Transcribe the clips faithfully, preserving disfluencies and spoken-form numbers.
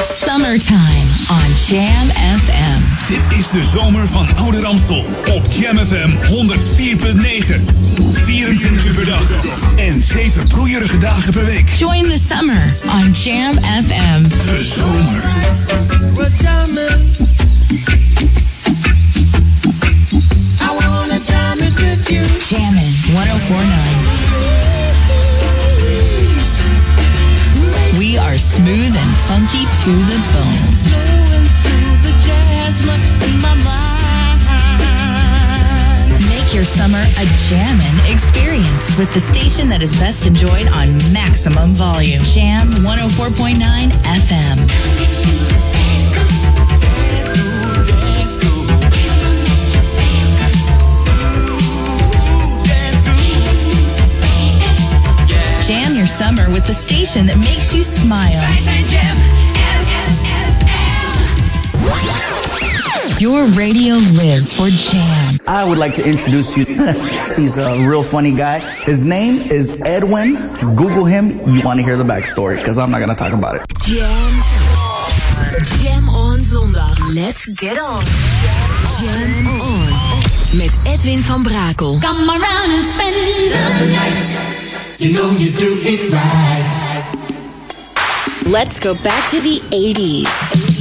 Summertime on Jam F M. Dit is de zomer van Oude Ramstel op Jam F M honderd vier punt negen. vierentwintig uur per dag en zeven broeierige dagen per week. Join the summer on Jam F M. De zomer. Jammin' honderd vier punt negen. We are smooth and funky to the bone. Make your summer a jammin' experience with the station that is best enjoyed on maximum volume. Jam honderd vier point negen F M. Jam your summer with the station that makes you smile. Your radio lives for Jam. I would like to introduce you. He's a real funny guy. His name is Edwin. Google him. You want to hear the backstory because I'm not going to talk about it. Jam. Jam on zondag. Let's get on. Jam on. Met Edwin van Brakel. Come around and spend the night. You know you do it right. Let's go back to the eighties.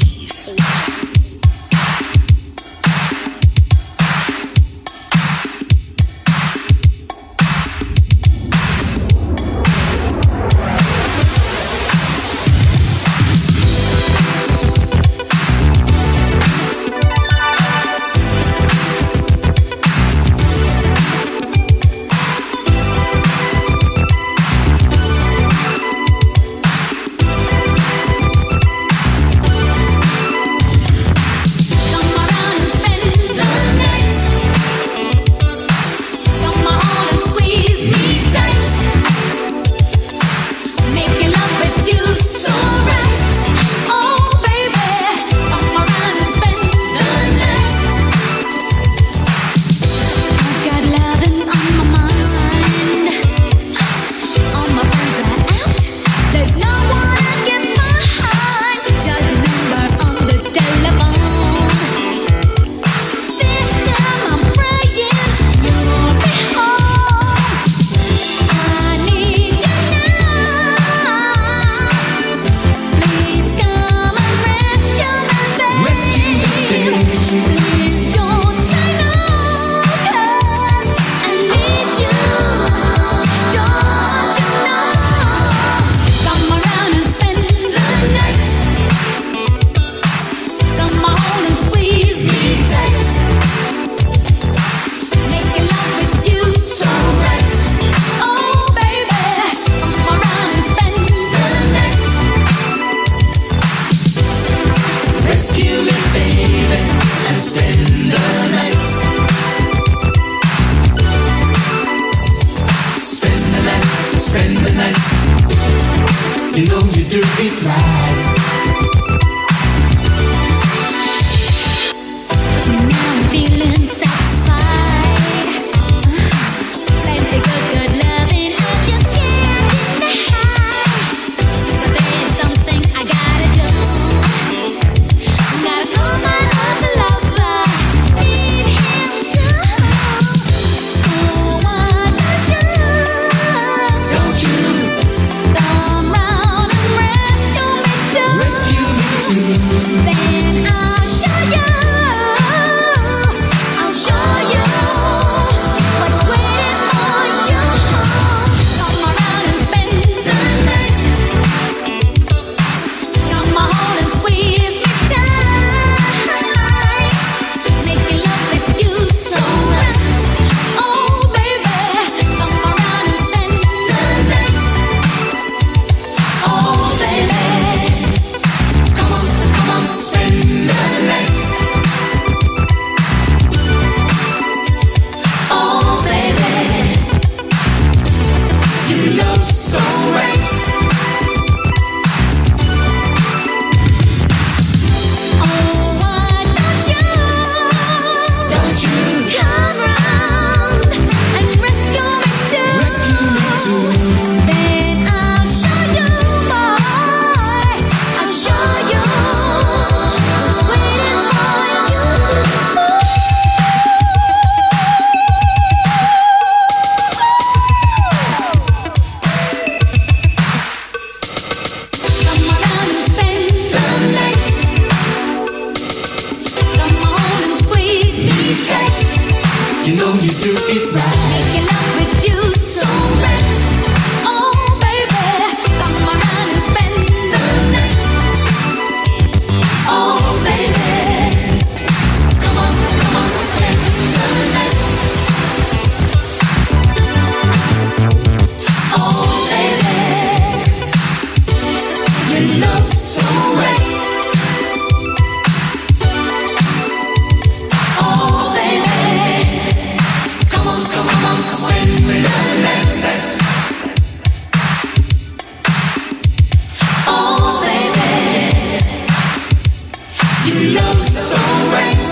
You love soul right.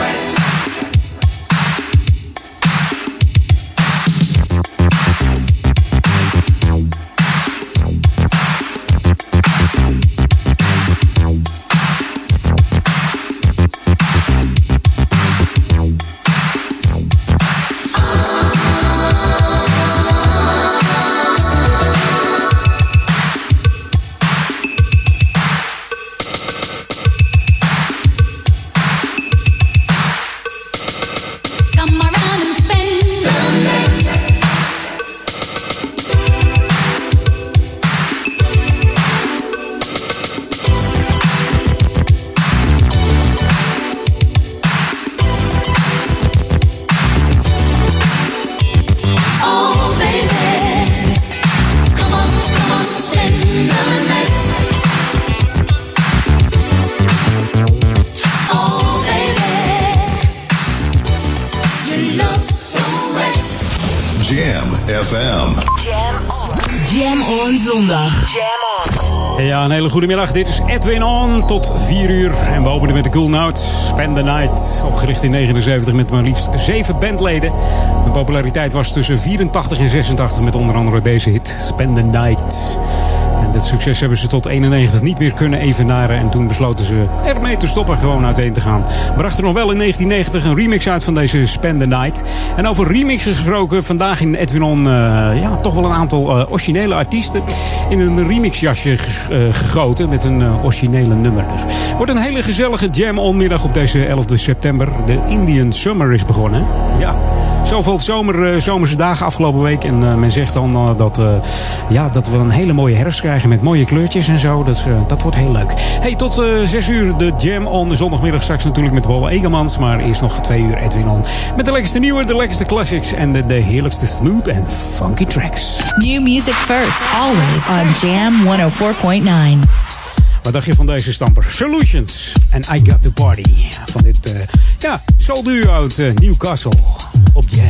Ja, een hele goede middag. Dit is Edwin On tot vier uur. En we openen met de Cool Notes. Spend the Night. Opgericht in negenenzeventig met maar liefst zeven bandleden. De populariteit was tussen vierentachtig en zesentachtig met onder andere deze hit. Spend the Night. En dat succes hebben ze tot eenennegentig niet meer kunnen evenaren. En toen besloten ze ermee te stoppen, gewoon uiteen te gaan. Brachten nog wel in negentien negentig een remix uit van deze Spend the Night. En over remixen gesproken, vandaag in Edwin On uh, ja, toch wel een aantal uh, originele artiesten in een remixjasje ges, uh, gegoten met een uh, originele nummer. Dus wordt een hele gezellige Jam-On middag op deze elfde september. De Indian Summer is begonnen. Ja. Zoveel zomer, uh, zomerse dagen afgelopen week. En uh, men zegt dan uh, dat, uh, ja, dat we een hele mooie herfst krijgen met mooie kleurtjes en zo. Dat, uh, dat wordt heel leuk. Hey, tot uh, zes uur de Jam On. Zondagmiddag straks natuurlijk met Bolle Egelmans. Maar eerst nog twee uur Edwin On. Met de lekkerste nieuwe, de lekkerste classics en de, de heerlijkste smooth en funky tracks. New music first, always on Jam honderdvier komma negen. Wat dacht je van deze stamper? Solutions en I Got To Party. Van dit, uh, ja, soul duo uit uh, Newcastle op Jam.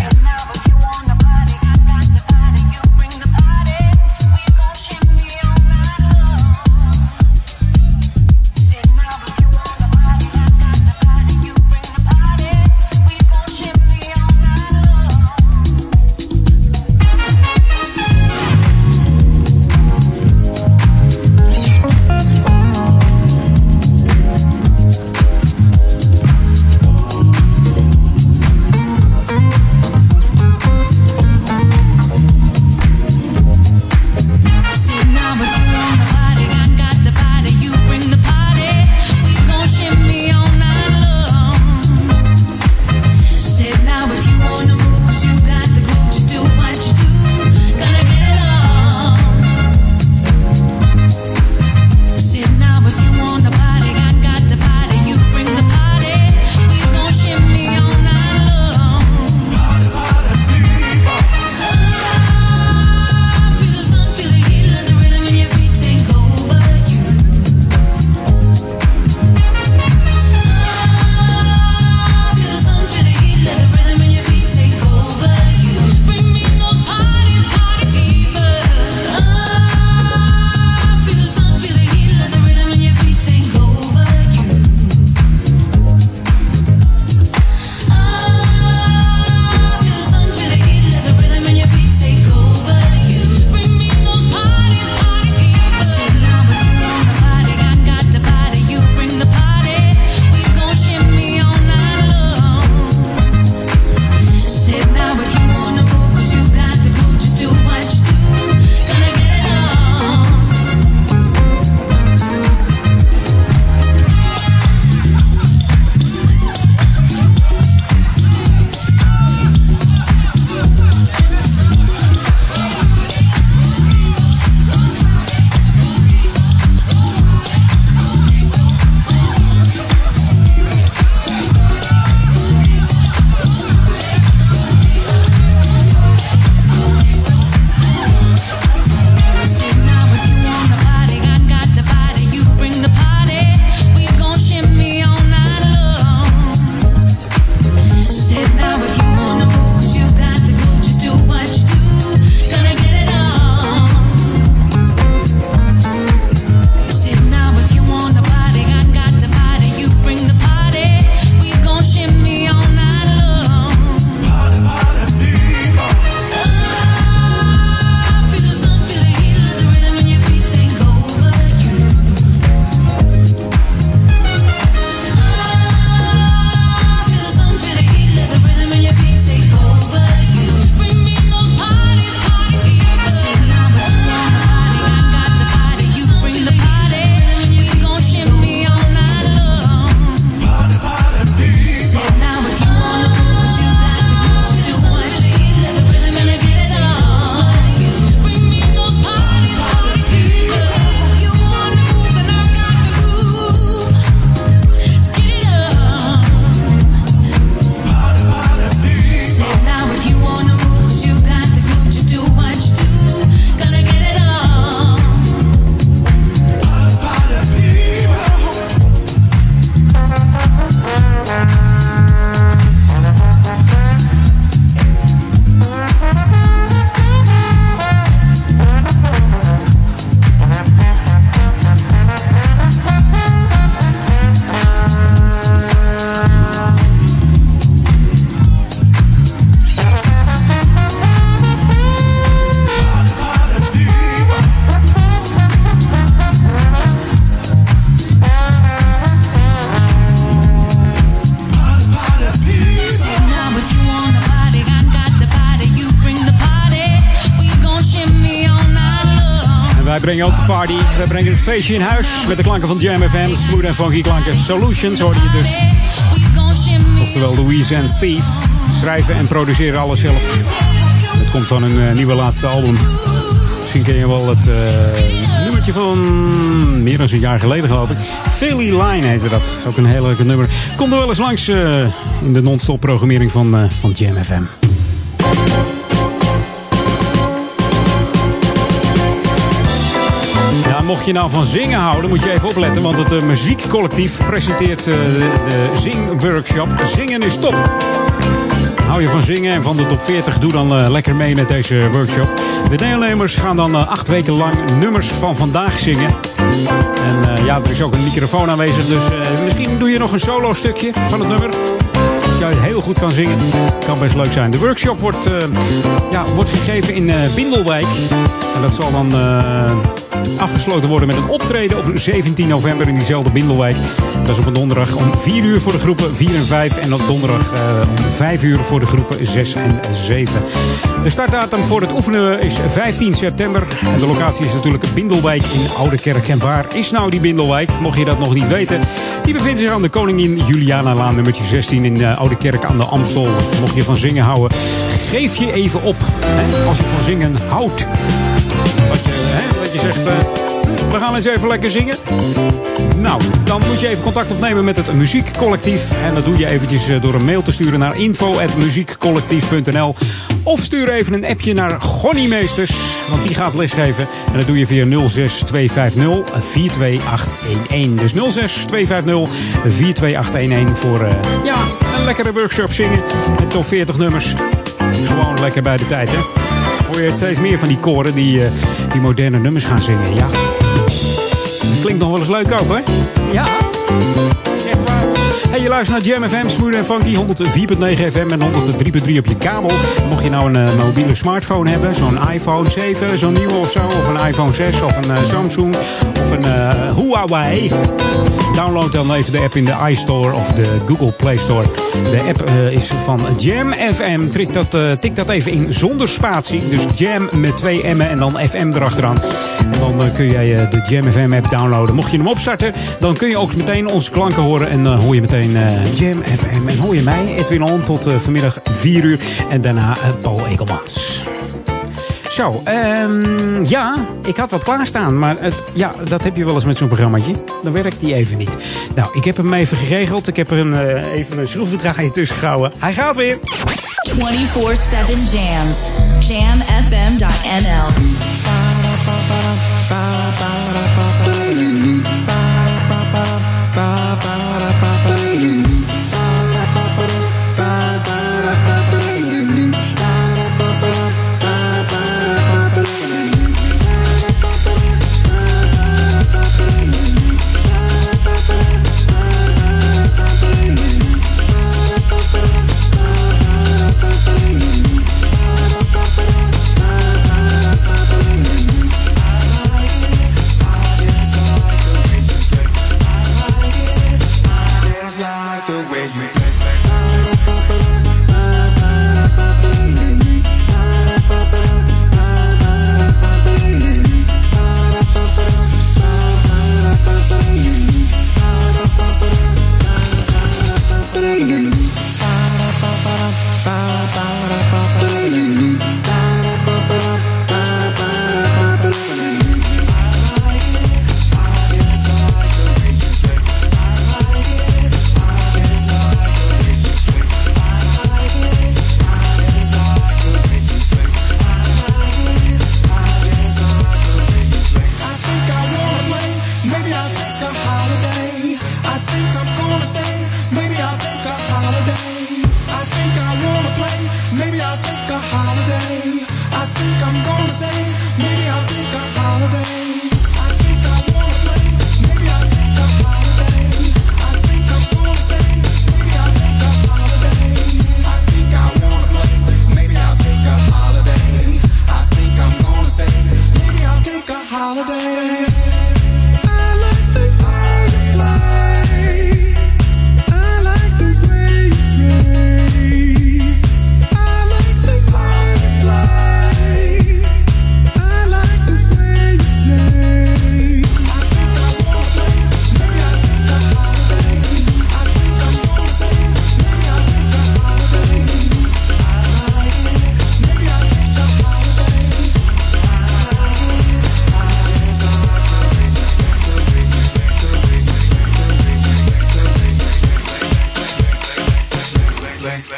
Take brengen ook de party. We brengen het feestje in huis met de klanken van Jam F M. Smooth en funky klanken. Solutions hoorde je dus. Oftewel Louise en Steve. Schrijven en produceren alles zelf. Het komt van hun uh, nieuwe laatste album. Misschien ken je wel het uh, nummertje van meer dan een jaar geleden, geloof ik. Philly Line heette dat. Ook een heel leuk nummer. Komt er wel eens langs uh, in de non-stop programmering van, uh, van Jam F M. Ja, mocht je nou van zingen houden, moet je even opletten. Want het uh, muziekcollectief presenteert uh, de, de zingworkshop. Zingen is top. Hou je van zingen en van de top veertig, doe dan uh, lekker mee met deze workshop. De deelnemers gaan dan uh, acht weken lang nummers van vandaag zingen. En uh, ja, er is ook een microfoon aanwezig, dus uh, misschien doe je nog een solo stukje van het nummer. Als jij heel goed kan zingen, kan best leuk zijn. De workshop wordt, uh, ja, wordt gegeven in uh, Bindelwijk. En dat zal dan uh, afgesloten worden met een optreden op zeventien november in diezelfde Bindelwijk. Dat is op een donderdag om vier uur voor de groepen vier en vijf. En op donderdag uh, om vijf uur voor de groepen zes en zeven. De startdatum voor het oefenen is vijftien september. En de locatie is natuurlijk Bindelwijk in Oudekerk. En waar is nou die Bindelwijk? Mocht je dat nog niet weten. Die bevindt zich aan de Koningin Julianalaan nummertje zestien in uh, Oudekerk aan de Amstel. Dus mocht je van zingen houden, geef je even op. Hè? Als je van zingen houdt. Dat je, hè, dat je zegt, uh, we gaan eens even lekker zingen. Nou, dan moet je even contact opnemen met het muziekcollectief. En dat doe je eventjes door een mail te sturen naar info at muziekcollectief punt n l. Of stuur even een appje naar Gonnie Meesters, want die gaat lesgeven. En dat doe je via nul zes twee vijf nul vier twee acht een een. Dus nul zes twee vijf nul vier twee acht een een voor uh, ja, een lekkere workshop zingen. Met top veertig nummers. Gewoon lekker bij de tijd, hè. Hoor je steeds meer van die koren die, uh, die moderne nummers gaan zingen, ja. Dat klinkt nog wel eens leuk ook, hoor. Ja, echt waar. Hey, je luistert naar Jam F M, Smooth en Funky, honderd vier komma negen F M en honderd drie komma drie op je kabel. Mocht je nou een uh, mobiele smartphone hebben, zo'n iPhone zeven, zo'n nieuwe of zo, of een iPhone zes, of een uh, Samsung, of een uh, Huawei. Download dan even de app in de iStore of de Google Play Store. De app uh, is van Jam F M. Tik dat, uh, tik dat even in zonder spatie. Dus Jam met twee M'en en dan F M erachteraan. En dan uh, kun jij uh, de Jam F M app downloaden. Mocht je hem opstarten, dan kun je ook meteen onze klanken horen. En dan uh, hoor je meteen uh, Jam F M. En hoor je mij, Edwin On, tot uh, vanmiddag vier uur. En daarna uh, Paul Ekelmans. Zo, um, ja, ik had wat klaarstaan, maar het, ja, dat heb je wel eens met zo'n programmaatje. Dan werkt die even niet. Nou, ik heb hem even geregeld. Ik heb er een, uh, even een schroevendraaier tussen gehouden. Hij gaat weer. twenty-four seven Jams. jam f m dot n l.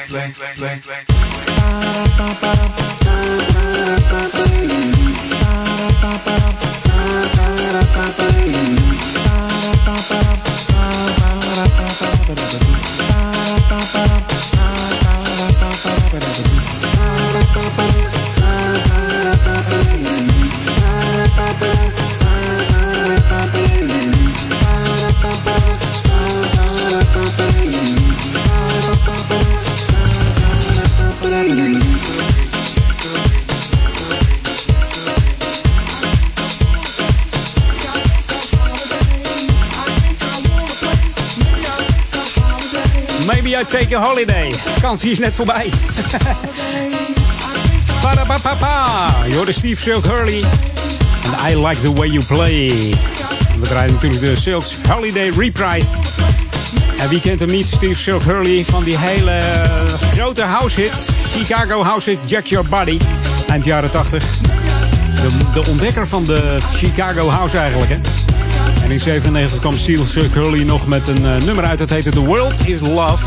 Take a holiday. Vakantie is net voorbij. Je hoorde Steve Silk Hurley. And I like the way you play. We draaien natuurlijk de Silk's Holiday Reprise. En wie kent hem niet? Steve Silk Hurley van die hele grote house hit. Chicago house hit Jack Your Body. Eind jaren tachtig. De, de ontdekker van de Chicago house eigenlijk, hè. En in zevenennegentig kwam Steve Silk Hurley nog met een uh, nummer uit. Dat heette The World Is Love.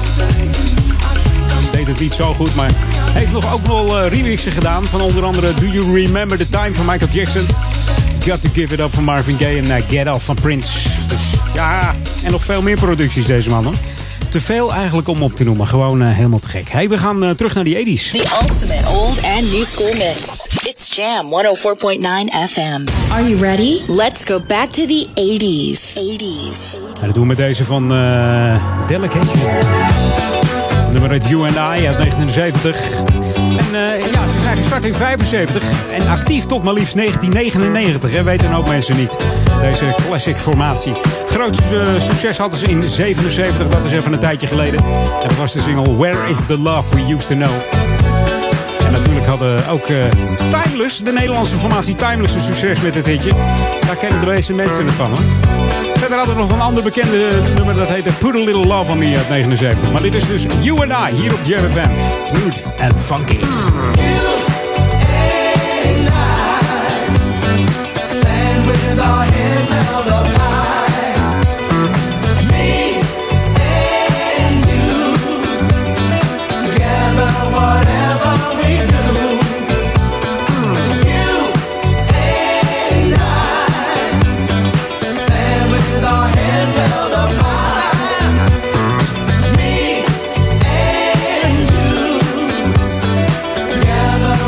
Deed het niet zo goed, maar heeft nog ook wel uh, remixen gedaan. Van onder andere Do You Remember the Time van Michael Jackson. Got to Give It Up van Marvin Gaye en uh, Get Off van Prince. Dus ja, en nog veel meer producties deze man, hoor. Te veel eigenlijk om op te noemen. Gewoon uh, helemaal te gek. Hey, we gaan uh, terug naar die eighties. The ultimate old and new school mix. It's Jam honderdvier komma negen F M. Are you ready? Let's go back to the eighties. eighties. En dat doen we met deze van uh, Delegation. Nummer uit You and I uit negenenzeventig. En uh, ja, ze zijn gestart in vijfenzeventig. En actief tot maar liefst negentien negenennegentig. Hè? Weten een hoop mensen niet. Deze classic formatie. Groot uh, succes hadden ze in zevenenzeventig. Dat is even een tijdje geleden. En dat was de single Where Is The Love We Used To Know. En natuurlijk hadden ook uh, Timeless, de Nederlandse formatie Timeless, een succes met dit hitje. Daar kennen de meeste mensen het van, hoor. Verder hadden we nog een ander bekende nummer, dat heette Put a Little Love on Me uit negenenzeventig. Maar dit is dus You and I, hier op Jam F M. Smooth and funky. Together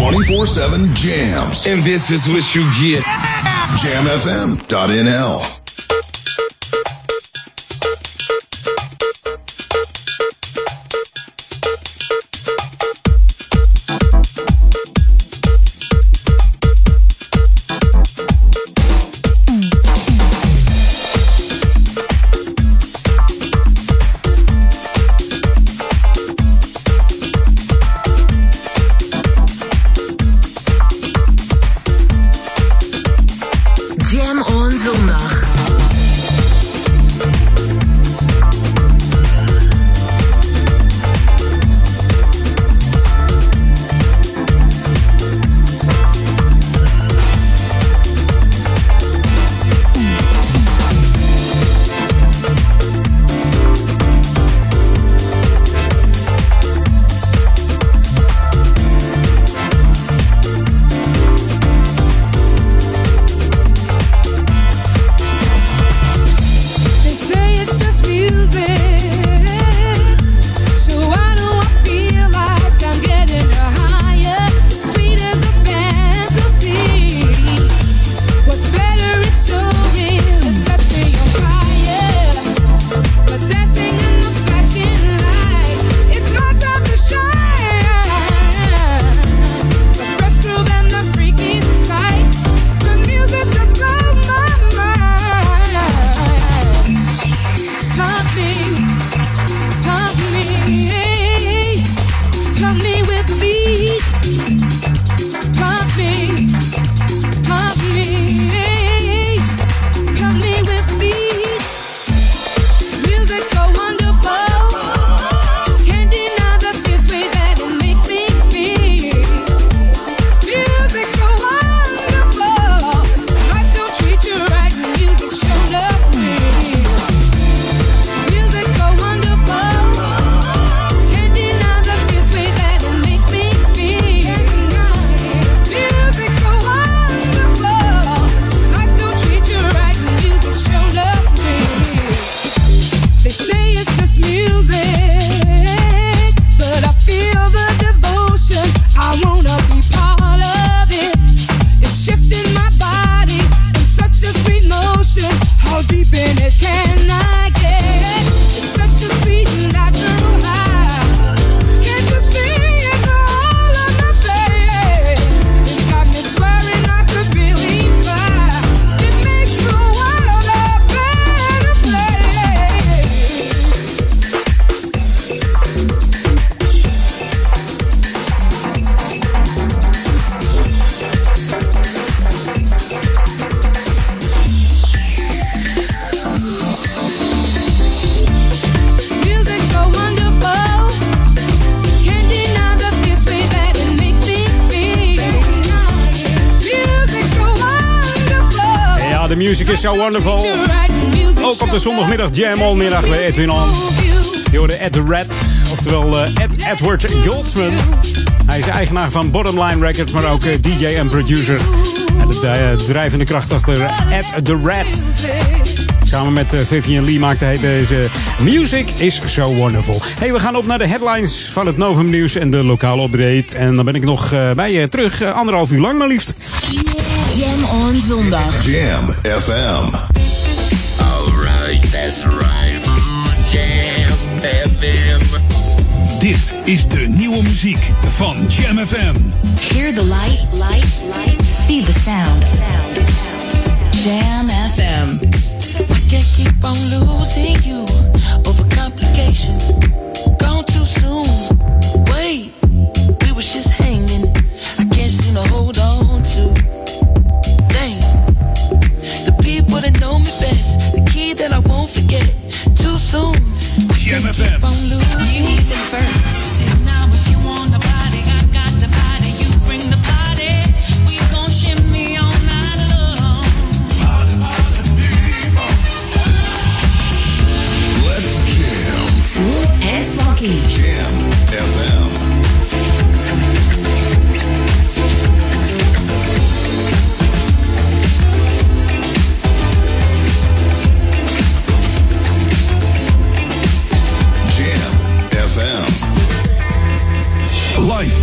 twenty-four seven jams. And this is what you get. jam f m dot n l. Music is so wonderful. Ook op de zondagmiddag Jam On middag bij Edwin On. Je hoorde Ed the Rat, oftewel uh, Ed Edward Goldsman. Hij is eigenaar van Bottomline Records, maar ook uh, D J en producer. En de uh, drijvende kracht achter Ed the Rat. Samen met uh, Vivian Lee maakte hij deze Music is so wonderful. Hey, we gaan op naar de headlines van het Novum Nieuws en de lokale update. En dan ben ik nog uh, bij je terug, uh, anderhalf uur lang maar liefst. Jam On zondag. Jam F M. Alright, that's right. Jam F M. Dit is de nieuwe muziek van Jam F M. Hear the light, light, light. See the sound, sound, sound. Jam F M. I can't keep on losing you over complications. Gone too soon. Wait, we was just hanging. I can't seem to hold on to. Dang, the people that know me best, the key that I won't forget. Too soon. Jam F M. Keep on losing you first. Sit now if you want the body, I got the body. You bring the body. We gon' shimmy all night long. Body, body, people. Let's jam. And funky. Jam F M. Life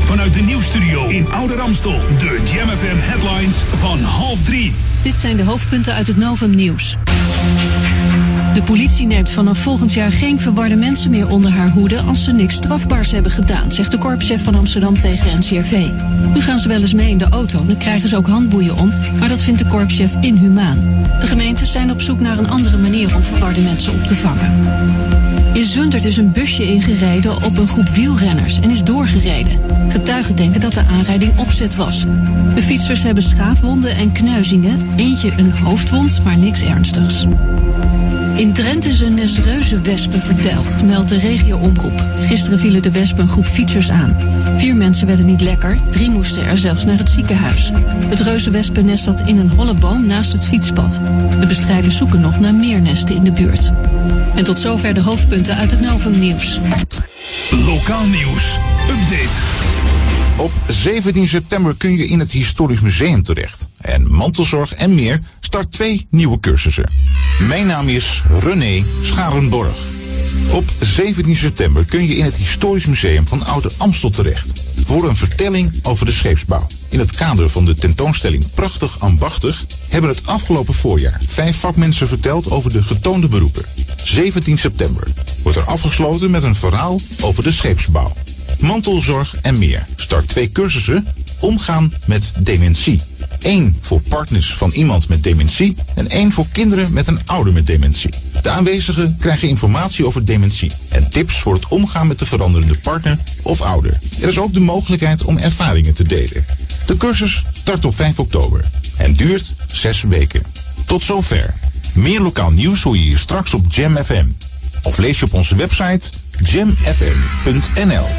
vanuit de nieuwsstudio in Oude Ramstel. De Jam F M headlines van half drie. Dit zijn de hoofdpunten uit het Novum Nieuws. De politie neemt vanaf volgend jaar geen verwarde mensen meer onder haar hoede als ze niks strafbaars hebben gedaan, zegt de korpschef van Amsterdam tegen N C R V. Nu gaan ze wel eens mee in de auto, dan krijgen ze ook handboeien om, maar dat vindt de korpschef inhumaan. De gemeentes zijn op zoek naar een andere manier om verwarde mensen op te vangen. In Zundert is een busje ingereden op een groep wielrenners en is doorgereden. Getuigen denken dat de aanrijding opzet was. De fietsers hebben schaafwonden en kneuzingen, eentje een hoofdwond, maar niks ernstigs. In Drenthe is een nest reuzenwespen verdelgd, meldt de regio-omroep. Gisteren vielen de wespen een groep fietsers aan. Vier mensen werden niet lekker, drie moesten er zelfs naar het ziekenhuis. Het reuzenwespennest zat in een holle boom naast het fietspad. De bestrijders zoeken nog naar meer nesten in de buurt. En tot zover de hoofdpunten uit het Novum Nieuws. Lokaal nieuws. Update. Op zeventien september kun je in het Historisch Museum terecht. En Mantelzorg en meer start twee nieuwe cursussen. Mijn naam is René Scharenborg. Op zeventien september kun je in het Historisch Museum van Oude Amstel terecht. Voor een vertelling over de scheepsbouw. In het kader van de tentoonstelling Prachtig Ambachtig hebben het afgelopen voorjaar vijf vakmensen verteld over de getoonde beroepen. zeventien september wordt er afgesloten met een verhaal over de scheepsbouw. Mantelzorg en meer start twee cursussen omgaan met dementie. Eén voor partners van iemand met dementie en één voor kinderen met een ouder met dementie. De aanwezigen krijgen informatie over dementie en tips voor het omgaan met de veranderende partner of ouder. Er is ook de mogelijkheid om ervaringen te delen. De cursus start op vijf oktober en duurt zes weken. Tot zover. Meer lokaal nieuws hoor je hier straks op Jam F M. Of lees je op onze website jam f m punt n l.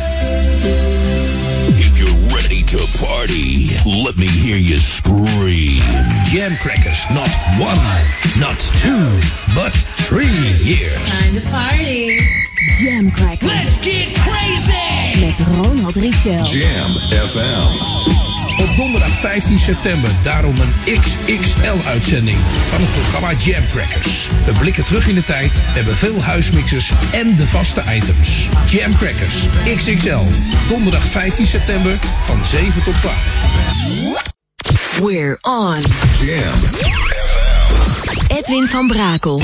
If you're ready to party, let me hear you scream. Jam Crackers, not one, not two, but three years. Time to party. Jam Crackers. Let's get crazy! Met Ronald Richel. Jam F M. Op donderdag vijftien september daarom een X X L-uitzending van het programma Jam Crackers. We blikken terug in de tijd, hebben veel huismixers en de vaste items. Jam Crackers X X L, donderdag vijftien september van zeven tot twaalf. We're on. Jam. Edwin van Brakel.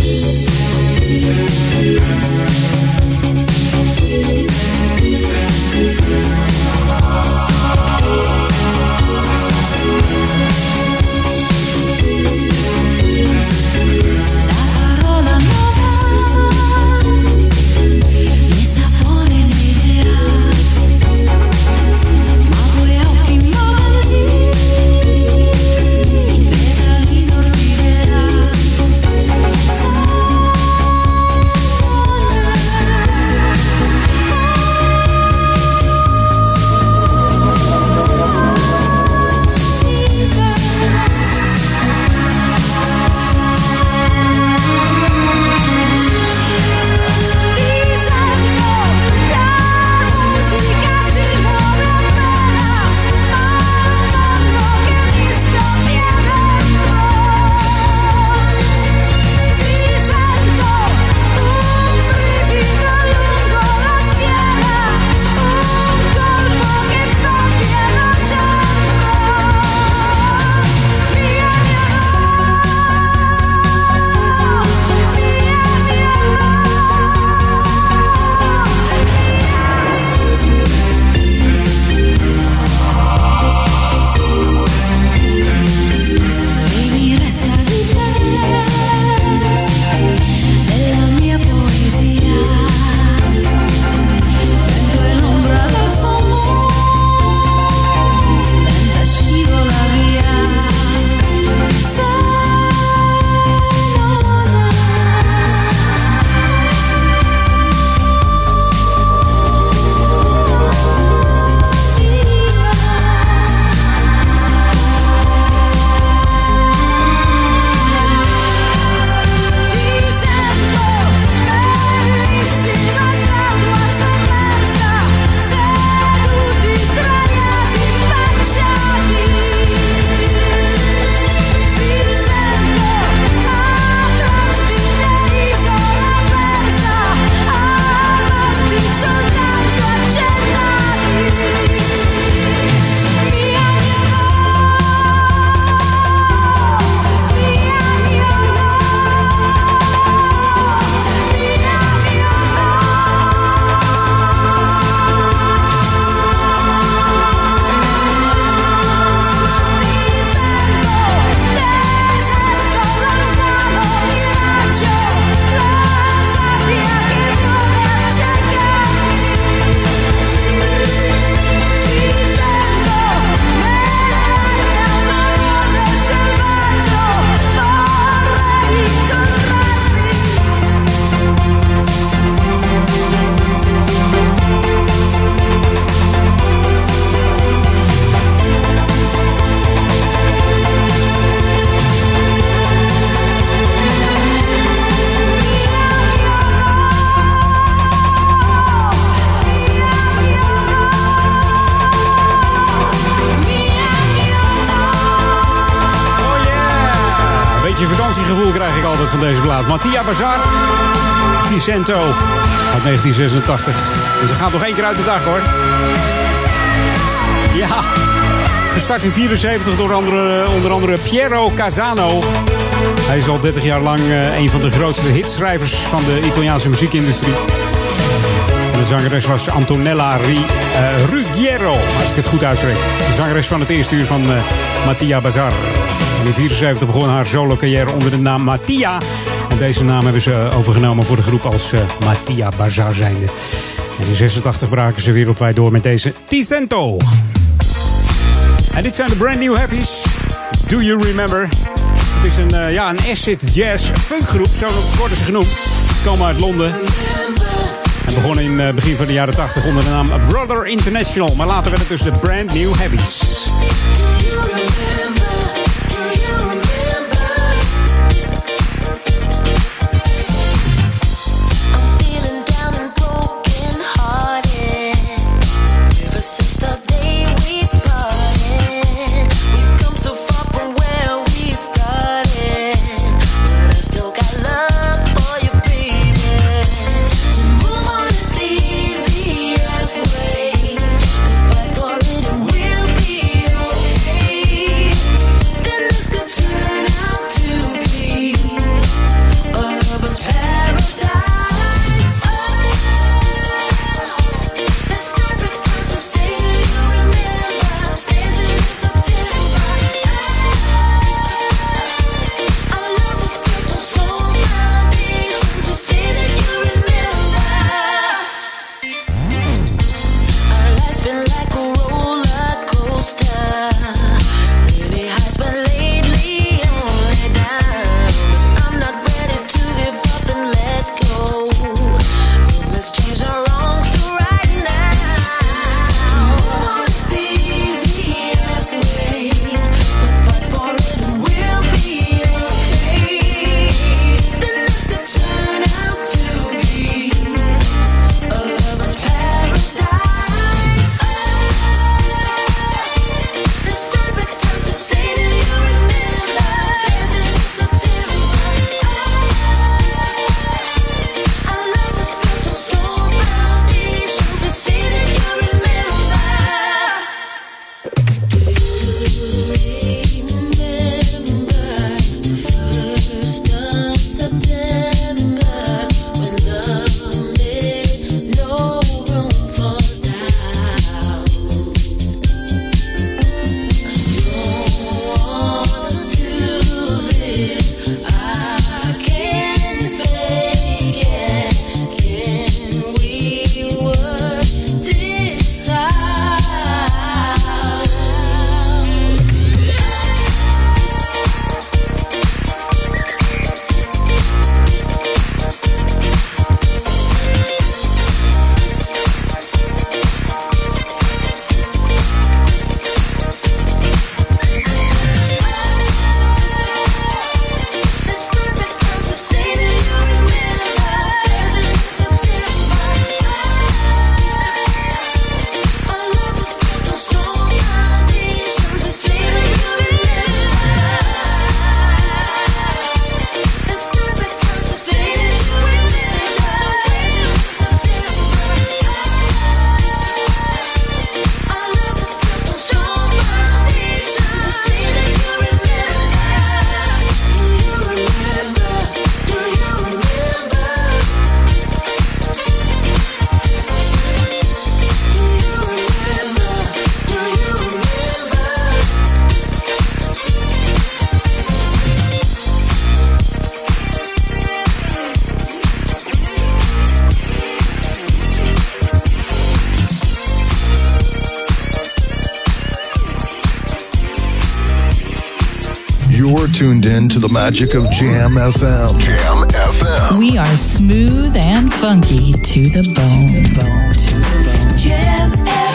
vakantiegevoel krijg ik altijd van deze plaat. Mattia Bazar, Ticento uit negentien zesentachtig. En ze gaat nog één keer uit de dag, hoor. Ja, gestart in vierenzeventig door andere, onder andere Piero Casano. Hij is al dertig jaar lang uh, een van de grootste hitschrijvers van de Italiaanse muziekindustrie. En de zangeres was Antonella Ri, uh, Ruggiero, als ik het goed uitspreek. De zangeres van het eerste uur van uh, Mattia Bazar. En in vierenzeventig begon haar solo-carrière onder de naam Mattia. En deze naam hebben ze overgenomen voor de groep als uh, Mattia Bazar zijnde. En in zesentachtig braken ze wereldwijd door met deze Ticento. En dit zijn de brand new heavies. Do You Remember? Het is een, uh, ja, een acid jazz funkgroep, zo worden ze genoemd. Ze komen uit Londen. En begonnen in het uh, begin van de jaren tachtig onder de naam Brother International. Maar later werd het dus de brand new heavies. You're tuned in to the magic of Jam F M. Jam F M. We are smooth and funky to the bone. To the bone. To the bone. Jam F M.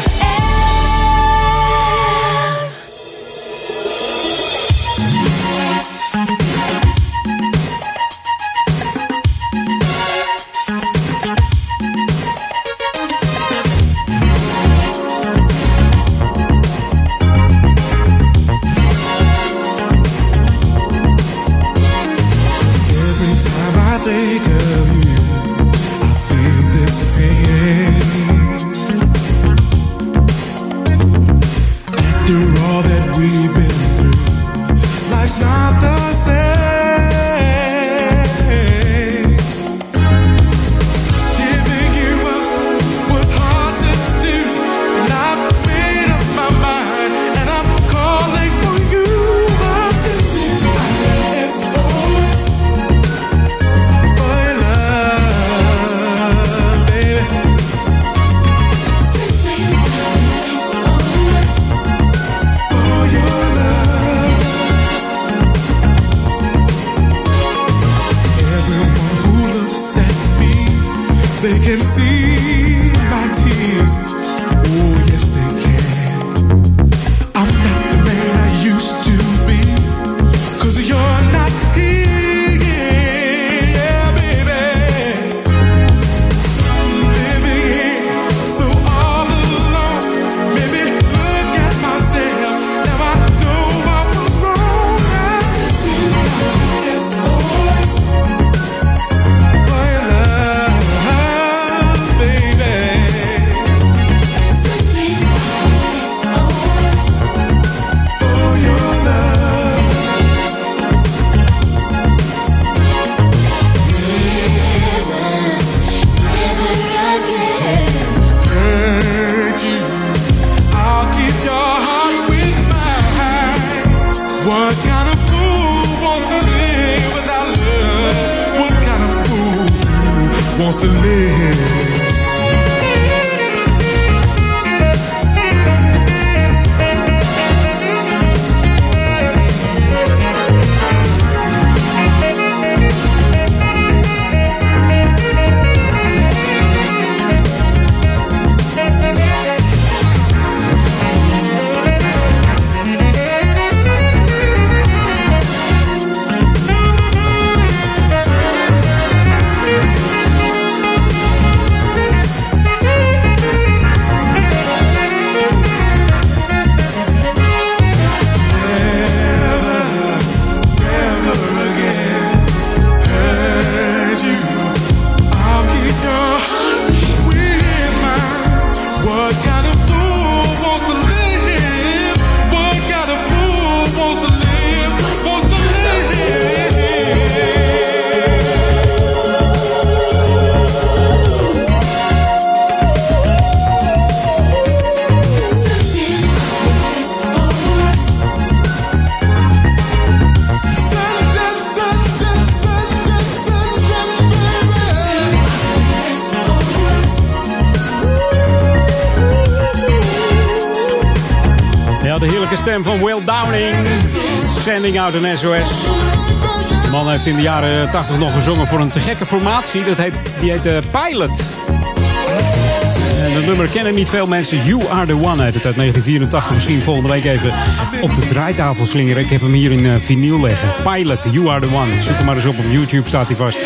heerlijke stem van Will Downing. Sending out an S O S. De man heeft in de jaren tachtig nog gezongen voor een te gekke formatie. Dat heet, die heet uh, Pilot. En dat nummer kennen niet veel mensen. You Are The One uit het uit negentien vierentachtig. Misschien volgende week even op de draaitafel slingeren. Ik heb hem hier in uh, vinyl liggen. Pilot, You Are The One. Zoek hem maar eens op. Op YouTube staat hij vast.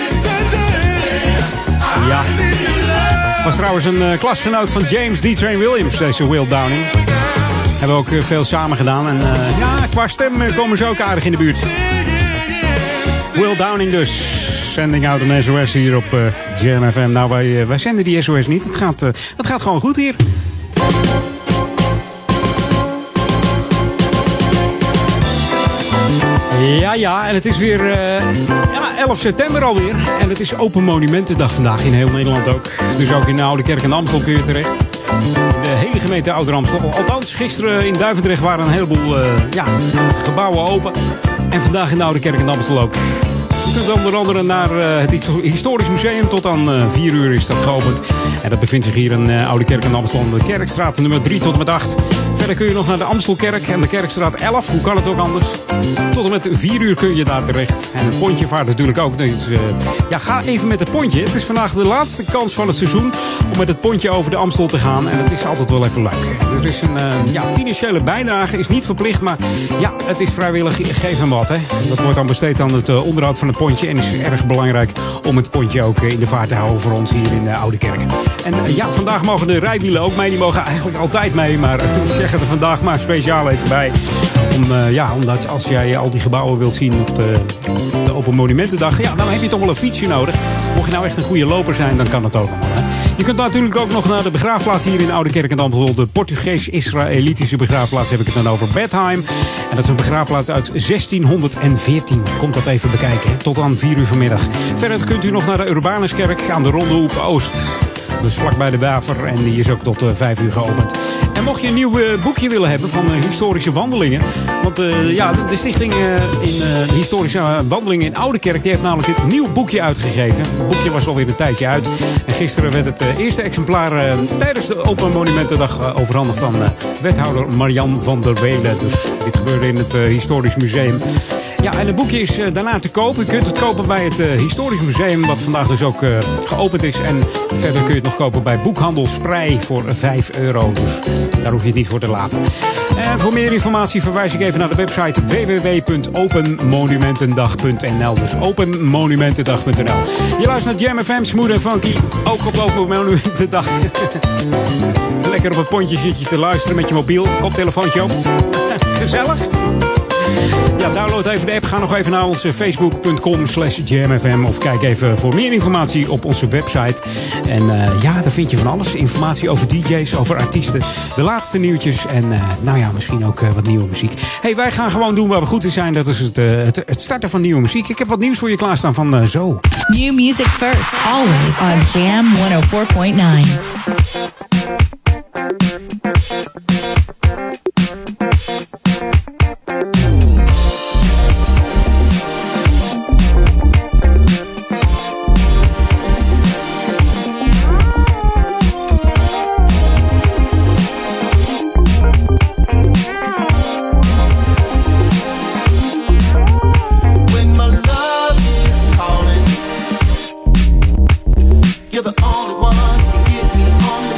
Ja. Was trouwens een uh, klasgenoot van James D. Train Williams, deze Will Downing. Hebben ook uh, veel samen gedaan. En uh, ja, qua stem uh, komen ze ook aardig in de buurt. Will Downing dus. Sending out een S O S hier op uh, Jam F M. Nou, wij, uh, wij zenden die S O S niet. Het gaat, uh, het gaat gewoon goed hier. Ja, ja, en het is weer uh, ja, elf september alweer. En het is Open Monumentendag vandaag in heel Nederland ook. Dus ook in de Oude Kerk en Amstel kun je terecht. De hele gemeente Ouder Amstel. Althans, gisteren in Duivendrecht waren een heleboel uh, ja, gebouwen open. En vandaag in de Oude Kerk en Amstel ook. Je kunt onder andere naar uh, het Historisch Museum. Tot aan uh, vier uur is dat geopend. En dat bevindt zich hier in uh, Oude Kerk en Amstel. De Kerkstraat nummer drie tot en met acht. Verder kun je nog naar de Amstelkerk en de Kerkstraat elf. Hoe kan het ook anders? Tot en met vier uur kun je daar terecht. En het pontje vaart natuurlijk ook. Dus, uh, ja, ga even met het pontje. Het is vandaag de laatste kans van het seizoen om met het pontje over de Amstel te gaan. En het is altijd wel even leuk. Er is een uh, ja, financiële bijdrage, is niet verplicht. Maar ja, het is vrijwillig, geef hem wat. Hè. Dat wordt dan besteed aan het uh, onderhoud van het pontje. En is erg belangrijk om het pontje ook uh, in de vaart te houden voor ons hier in de Oude Kerk. En uh, ja, vandaag mogen de rijwielen ook mee. Die mogen eigenlijk altijd mee. Maar uh, ik zeg het er vandaag maar speciaal even bij. Om, uh, ja, omdat als jij al die gebouwen wilt zien op de, de Open Monumentendag, ja, dan heb je toch wel een fietsje nodig. Mocht je nou echt een goede loper zijn, dan kan dat ook allemaal. Hè? Je kunt natuurlijk ook nog naar de begraafplaats hier in Oude Kerk en Amstel. De Portugees-Israëlitische begraafplaats heb ik het dan over. Bethlehem. En dat is een begraafplaats uit zestienhonderdveertien. Komt dat even bekijken. Hè? Tot aan vier uur vanmiddag. Verder kunt u nog naar de Urbanuskerk aan de Rondehoek Oost. Dus vlakbij de Waver. En die is ook tot uh, vijf uur geopend. En mocht je een nieuw uh, boekje willen hebben van uh, historische wandelingen. Want uh, ja, de stichting uh, in uh, historische uh, wandelingen in Oude Kerk, die heeft namelijk een nieuw boekje uitgegeven. Het boekje was alweer een tijdje uit. En gisteren werd het uh, eerste exemplaar uh, tijdens de Open Monumentendag uh, overhandigd aan uh, wethouder Marian van der Welen. Dus dit gebeurde in het uh, Historisch Museum. Ja, en het boekje is uh, daarna te koop. U kunt het kopen bij het uh, Historisch Museum, wat vandaag dus ook uh, geopend is. En verder kun je het nog kopen bij Boekhandel Sprei voor vijf euro. Dus daar hoef je het niet voor te laten. En voor meer informatie verwijs ik even naar de website w w w punt open monumentendag punt n l. Dus open monumentendag punt n l. Je luistert naar Jam F M, smooth en funky. Ook op Open Monumentendag. Lekker op het pontje zit je te luisteren met je mobiel. Koptelefoontje op. Gezellig. Ja, download even de app. Ga nog even naar onze facebook punt com slash jamfm. Of kijk even voor meer informatie op onze website. En uh, ja, daar vind je van alles. Informatie over D J's, over artiesten. De laatste nieuwtjes. En uh, nou ja, misschien ook uh, wat nieuwe muziek. Hey, wij gaan gewoon doen waar we goed in zijn. Dat is het, uh, het, het starten van nieuwe muziek. Ik heb wat nieuws voor je klaarstaan van uh, zo. New music first. Always on Jam honderdvier komma negen. You're the only one who can get me on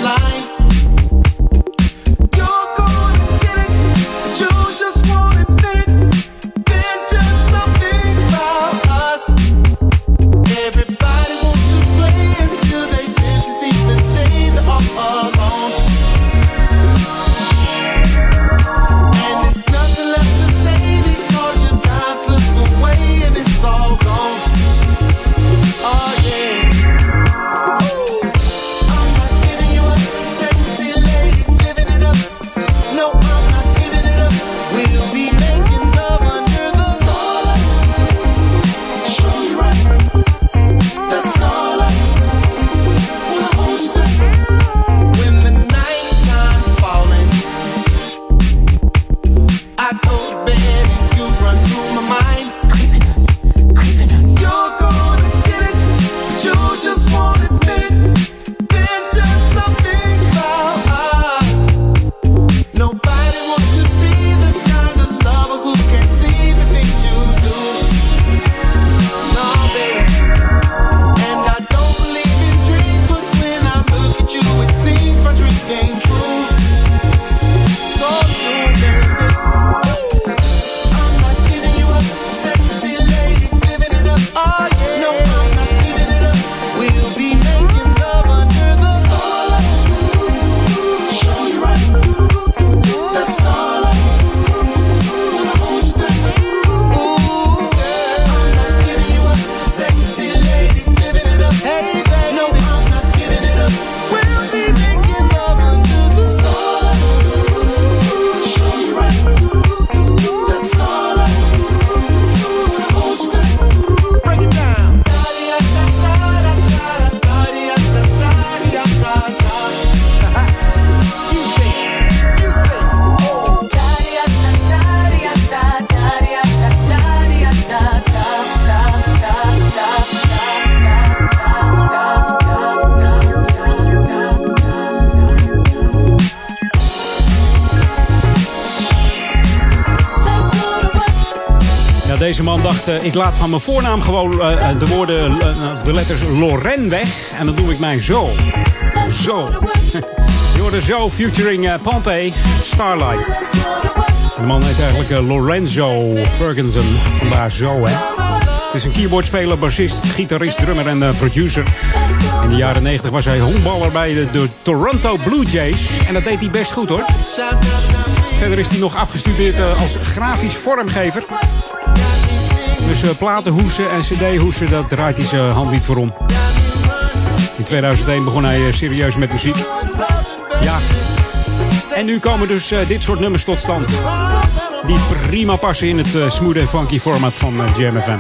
Deze man dacht, uh, ik laat van mijn voornaam gewoon uh, de woorden, uh, de letters Loren weg. En dan doe ik mij zo. Zo. Je hoorde zo featuring uh, Pompey, Starlight. De man heet eigenlijk uh, Lorenzo Ferguson. Vandaar zo, hè. Het is een keyboardspeler, bassist, gitarist, drummer en uh, producer. In de jaren negentig was hij honkballer bij de, de Toronto Blue Jays. En dat deed hij best goed, hoor. Verder is hij nog afgestudeerd uh, als grafisch vormgever. Dus uh, platenhoesen en cd-hoesen, dat draait hij zijn hand niet voor om. In tweeduizend één begon hij uh, serieus met muziek. Ja. En nu komen dus uh, dit soort nummers tot stand. Die prima passen in het uh, smooth en funky format van uh, Jam F M.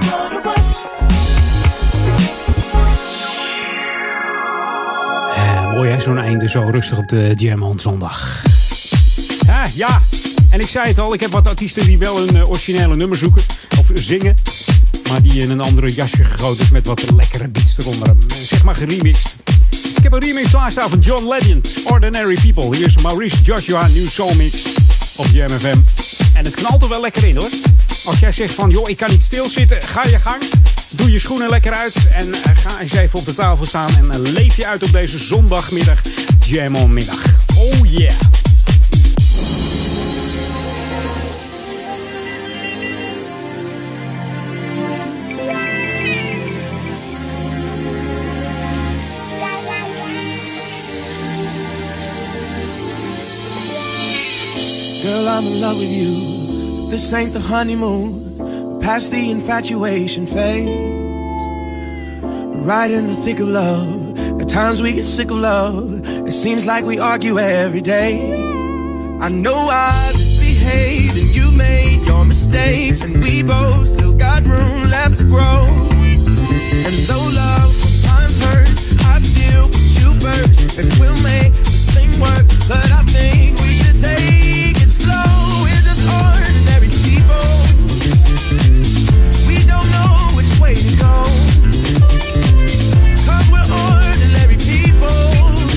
Uh, mooi, hè, zo'n einde zo rustig op de Jam on zondag. Uh, ja, en ik zei het al, ik heb wat artiesten die wel een uh, originele nummer zoeken. Of zingen. Maar die in een andere jasje gegoten is met wat lekkere beats eronder. Zeg maar geremixed. Ik heb een remix klaarstaan van John Legend, Ordinary People. Hier is Maurice Joshua, nieuw soulmix op Jam F M. En het knalt er wel lekker in, hoor. Als jij zegt van, joh, ik kan niet stilzitten, ga je gang. Doe je schoenen lekker uit en uh, ga eens even op de tafel staan. En uh, leef je uit op deze zondagmiddag, Jam on middag. Oh yeah. Girl, I'm in love with you. This ain't the honeymoon, past the infatuation phase. Right in the thick of love. At times we get sick of love. It seems like we argue every day. I know I've misbehaved and you made your mistakes, and we both still got room left to grow. And though love sometimes hurts, I still put you first, and we'll make this thing work. But I think we should take it slow. We're just ordinary people. We don't know which way to go. Cause we're ordinary people.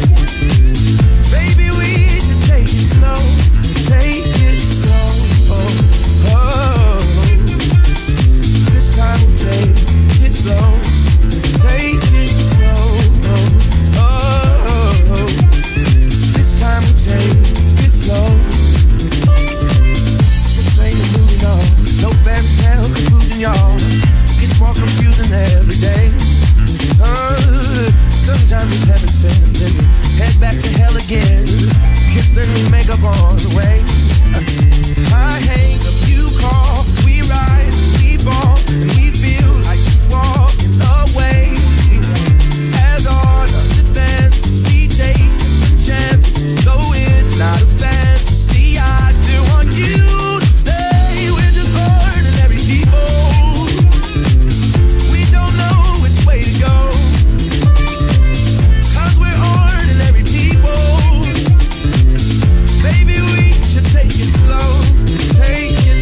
Baby, we should take it slow. Take it slow. Oh, oh. This time we'll take it slow. Take it slow. Oh, oh. This time we'll take it slow. This ain't a movie, no. No fairy tale conclusion, y'all. It's more confusing every day. Uh, sometimes it's heaven sent, then we head back to hell again. Kiss, then we make up on the way. Uh, I hang up, you call, we rise, we fall, and we feel like just walking away. As on us advances, we take some chances, though it's not a fantasy. I still want you to stay. We're just ordinary people. We don't know which way to go. Cause we're ordinary people. Baby, we should take it slow. Take it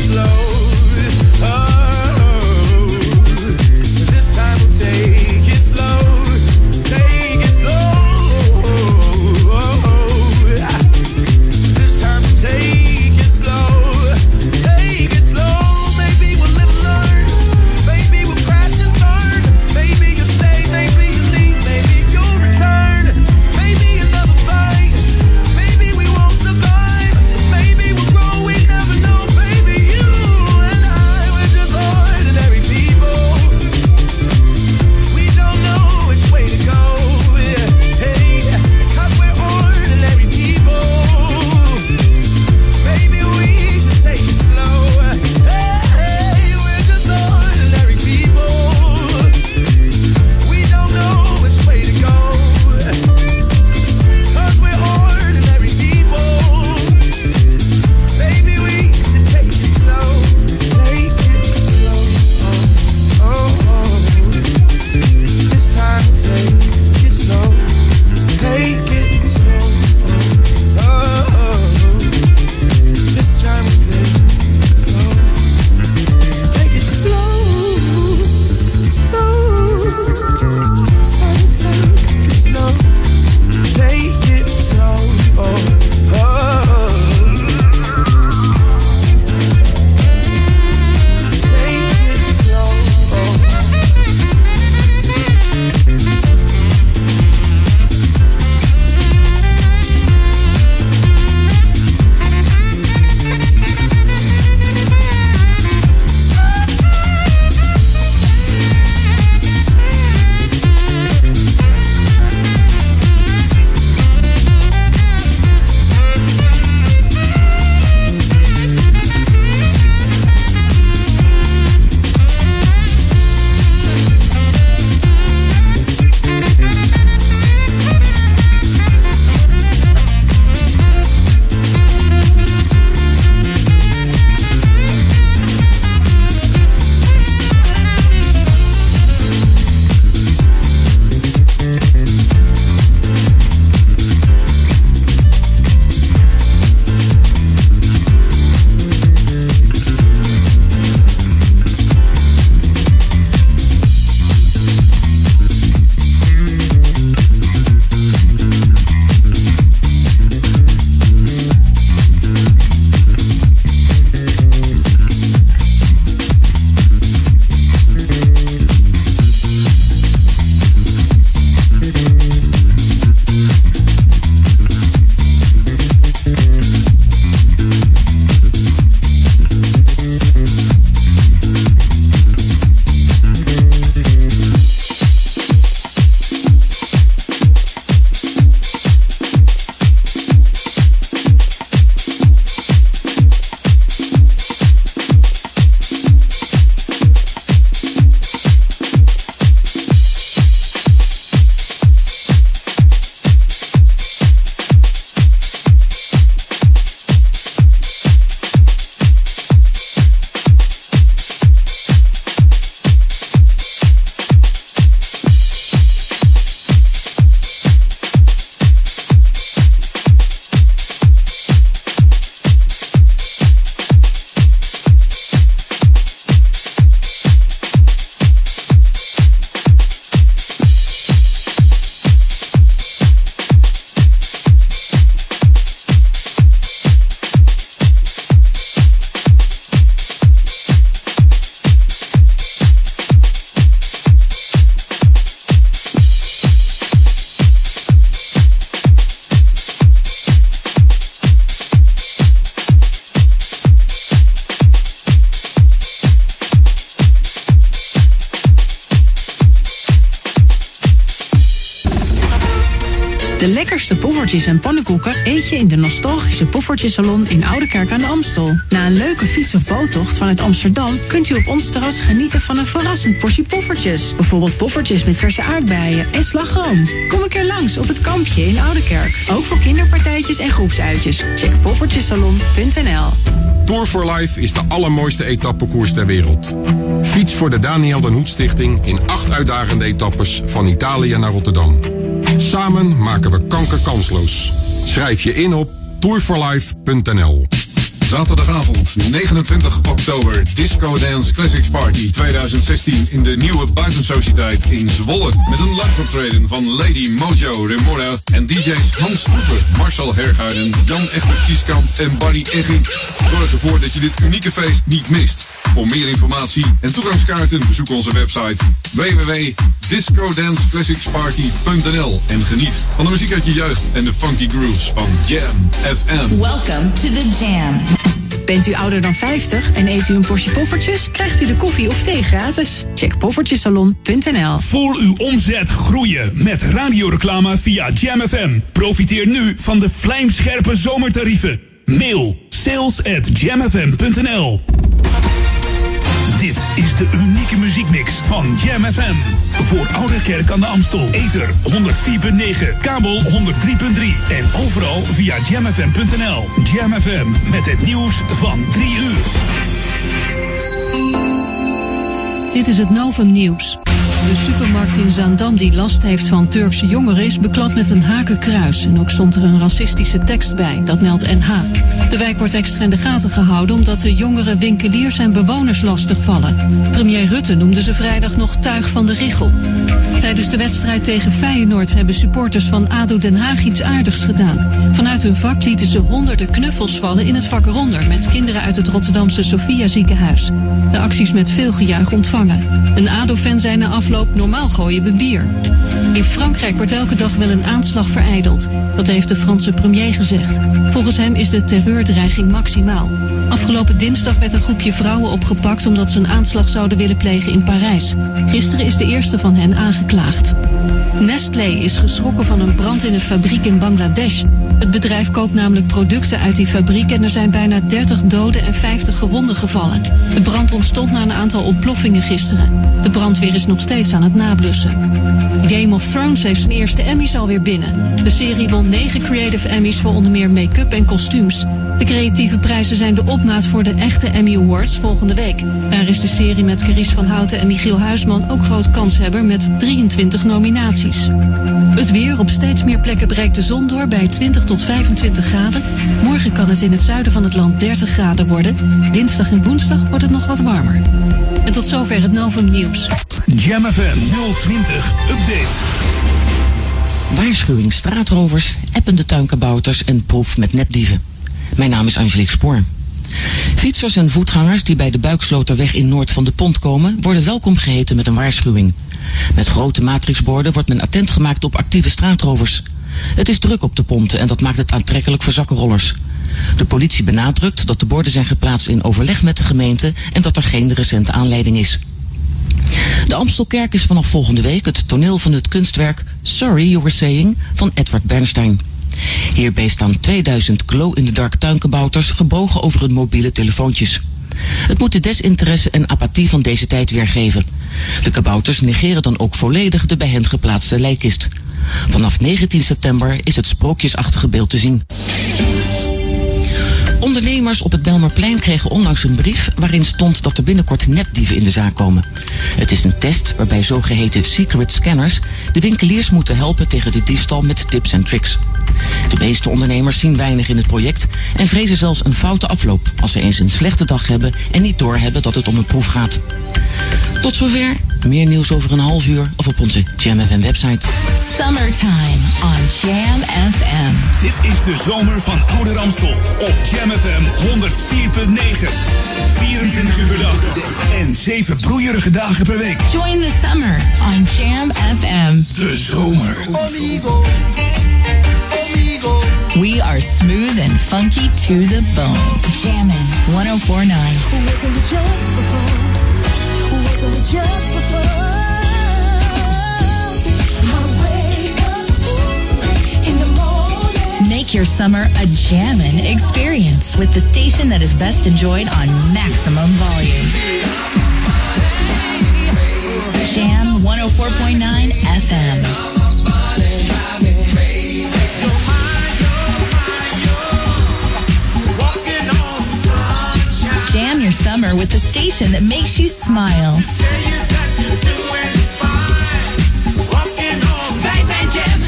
lekkerste poffertjes en pannenkoeken eet je in de nostalgische Poffertjesalon in Oudekerk aan de Amstel. Na een leuke fiets- of boottocht vanuit Amsterdam kunt u op ons terras genieten van een verrassend portie poffertjes. Bijvoorbeeld poffertjes met verse aardbeien en slagroom. Kom een keer langs op het kampje in Oudekerk. Ook voor kinderpartijtjes en groepsuitjes. Check poffertjesalon punt n l. Tour for Life is de allermooiste etappekoers ter wereld. Fiets voor de Daniel den Hoed Stichting in acht uitdagende etappes van Italië naar Rotterdam. Samen maken we kanker kansloos. Schrijf je in op tour for life punt n l. Zaterdagavond, negenentwintig oktober, Disco Dance Classics Party tweeduizend zestien in de nieuwe Buitensociëteit in Zwolle. Met een live optreden van Lady Mojo Remora en D J's Hans Stoever, Marcel Hergaarden, Jan Egbert Kieskamp en Barry Egging. Zorg ervoor dat je dit unieke feest niet mist. Voor meer informatie en toegangskaarten bezoek onze website w w w punt disco dance classics party punt n l en geniet van de muziek uit je jeugd en de funky grooves van Jam F M. Welcome to the Jam. Bent u ouder dan vijftig en eet u een portie poffertjes, krijgt u de koffie of thee gratis. Check poffertjesalon punt n l. Voel uw omzet groeien met radioreclame via Jam F M. Profiteer nu van de vlijmscherpe zomertarieven. Mail sales at jam f m punt n l. Dit is de unieke muziekmix van Jam F M. Voor Ouderkerk aan de Amstel. Ether honderd vier punt negen, kabel honderd drie punt drie en overal via jam f m punt n l. Jam F M met het nieuws van drie uur. Dit is het Novum Nieuws. De supermarkt in Zaandam die last heeft van Turkse jongeren is beklad met een hakenkruis. En ook stond er een racistische tekst bij, dat meldt N H. De wijk wordt extra in de gaten gehouden omdat de jongeren winkeliers en bewoners lastigvallen. Premier Rutte noemde ze vrijdag nog tuig van de richel. Tijdens de wedstrijd tegen Feyenoord hebben supporters van A D O Den Haag iets aardigs gedaan. Vanuit hun vak lieten ze honderden knuffels vallen in het vak eronder met kinderen uit het Rotterdamse Sophia ziekenhuis. De acties met veel gejuich ontvangen. Een A D O-fan zei na afloop: normaal gooien we bier. In Frankrijk wordt elke dag wel een aanslag verijdeld. Dat heeft de Franse premier gezegd. Volgens hem is de terreurdreiging maximaal. Afgelopen dinsdag werd een groepje vrouwen opgepakt omdat ze een aanslag zouden willen plegen in Parijs. Gisteren is de eerste van hen aangeklaagd. Nestlé is geschrokken van een brand in een fabriek in Bangladesh. Het bedrijf koopt namelijk producten uit die fabriek en er zijn bijna dertig doden en vijftig gewonden gevallen. De brand ontstond na een aantal ontploffingen gisteren. De brandweer is nog steeds aan het nablussen. Game of Thrones heeft zijn eerste Emmys alweer binnen. De serie won negen Creative Emmys voor onder meer make-up en kostuums. De creatieve prijzen zijn de opmaat voor de echte Emmy Awards volgende week. Daar is de serie met Carice van Houten en Michiel Huisman ook groot kanshebber met drieëntwintig nominaties. Het weer: op steeds meer plekken breekt de zon door bij twintig tot vijfentwintig graden. Morgen kan het in het zuiden van het land dertig graden worden. Dinsdag en woensdag wordt het nog wat warmer. En tot zover het Novum Nieuws. Jam F M nul twintig Update. Waarschuwing straatrovers, appende tuinkabouters en proef met nepdieven. Mijn naam is Angelique Spoor. Fietsers en voetgangers die bij de Buiksloterweg in Noord van de Pont komen, worden welkom geheten met een waarschuwing. Met grote matrixborden wordt men attent gemaakt op actieve straatrovers. Het is druk op de ponten en dat maakt het aantrekkelijk voor zakkenrollers. De politie benadrukt dat de borden zijn geplaatst in overleg met de gemeente en dat er geen recente aanleiding is. De Amstelkerk is vanaf volgende week het toneel van het kunstwerk Sorry You Were Saying van Edward Bernstein. Hierbij staan tweeduizend glow-in-the-dark tuinkabouters gebogen over hun mobiele telefoontjes. Het moet de desinteresse en apathie van deze tijd weergeven. De kabouters negeren dan ook volledig de bij hen geplaatste lijkkist. Vanaf negentien september is het sprookjesachtige beeld te zien. Ondernemers op het Bijlmerplein kregen onlangs een brief waarin stond dat er binnenkort nepdieven in de zaak komen. Het is een test waarbij zogeheten secret scanners de winkeliers moeten helpen tegen de diefstal met tips en tricks. De meeste ondernemers zien weinig in het project en vrezen zelfs een foute afloop als ze eens een slechte dag hebben en niet doorhebben dat het om een proef gaat. Tot zover. Meer nieuws over een half uur of op onze Jam F M website. Summertime on Jam F M. Dit is de zomer van Ouder Amstel op Jam F M honderd vier punt negen. vierentwintig uur per dag en zeven broeierige dagen per week. Join the summer on Jam F M. De zomer. Amigo. Amigo. We are smooth and funky to the bone. Jammin' honderd vier punt negen. Wasn't it just before? Wasn't it just before? I wake up in the morning. Make your summer a jammin' experience with the station that is best enjoyed on maximum volume. Jam one oh four point nine F M. Jam your summer with the station that makes you smile. Wij zijn Jam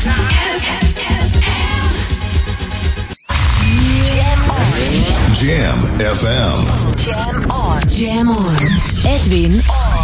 Jam F M. Jam on. Jam on. Edwin on.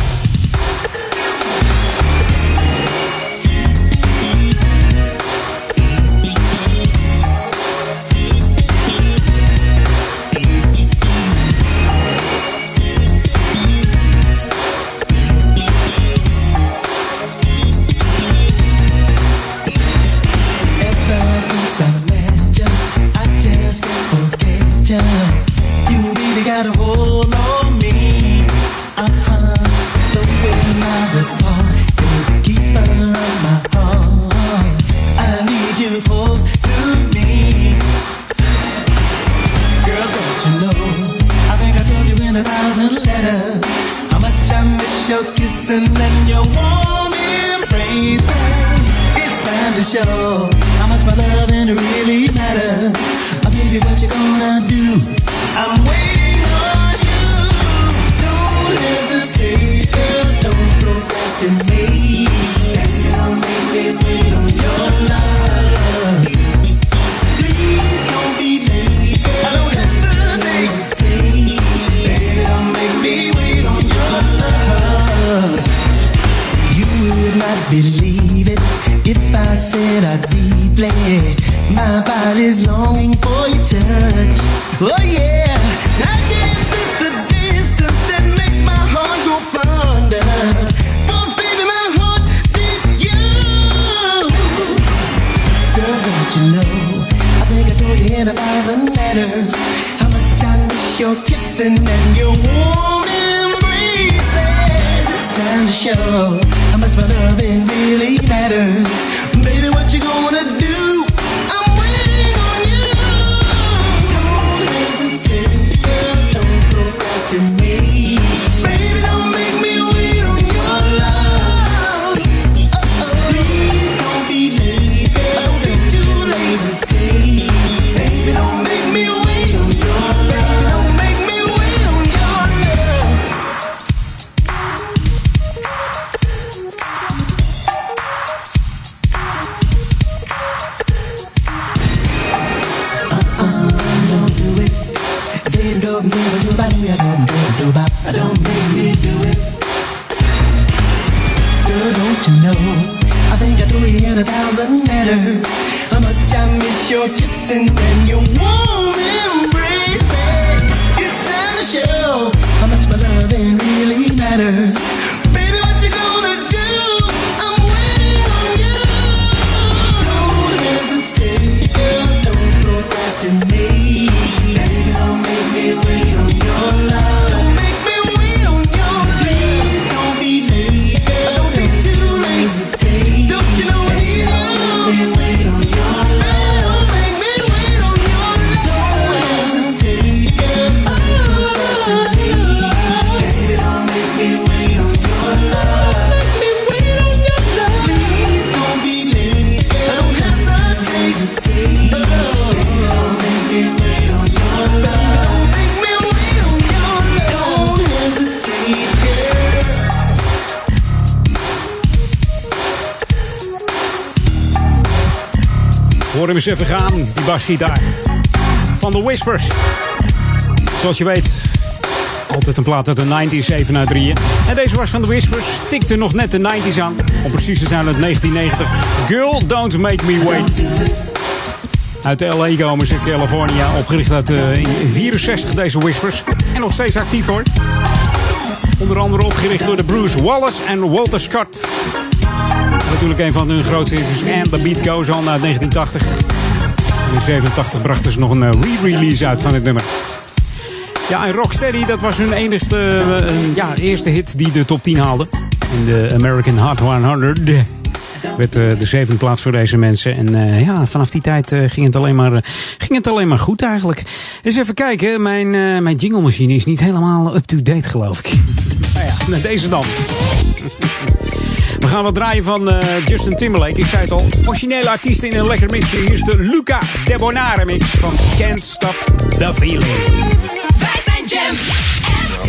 Hoor hem eens even gaan, die basgitaar. Van de Whispers. Zoals je weet, altijd een plaat uit de negentig, zeven uit drieën. En deze was van de Whispers, tikte nog net de negentig aan. Om precies te zijn uit negentien negentig. Girl, Don't Make Me Wait. Uit L A komen ze, California. Opgericht uit uh, in vierenzestig deze Whispers. En nog steeds actief hoor. Onder andere opgericht door de Bruce Wallace en Walter Scott. Natuurlijk een van hun grootste is And The Beat Goes On uit negentien tachtig. In zevenentachtig brachten ze nog een re-release uit van dit nummer. Ja, en Rocksteady, dat was hun enigste, uh, ja, eerste hit die de top tien haalde. In de American Hot honderd. Werd uh, de zevende plaats voor deze mensen. En uh, ja, vanaf die tijd uh, ging, het alleen maar, uh, ging het alleen maar goed eigenlijk. Eens even kijken, mijn, uh, mijn jinglemachine is niet helemaal up-to-date geloof ik. Nou ja, deze dan. We gaan wat draaien van uh, Justin Timberlake. Ik zei het al, originele artiesten in een lekker mixje. Hier is de Luca De Bonare mix van Can't Stop the Feeling. Wij zijn Jam F M.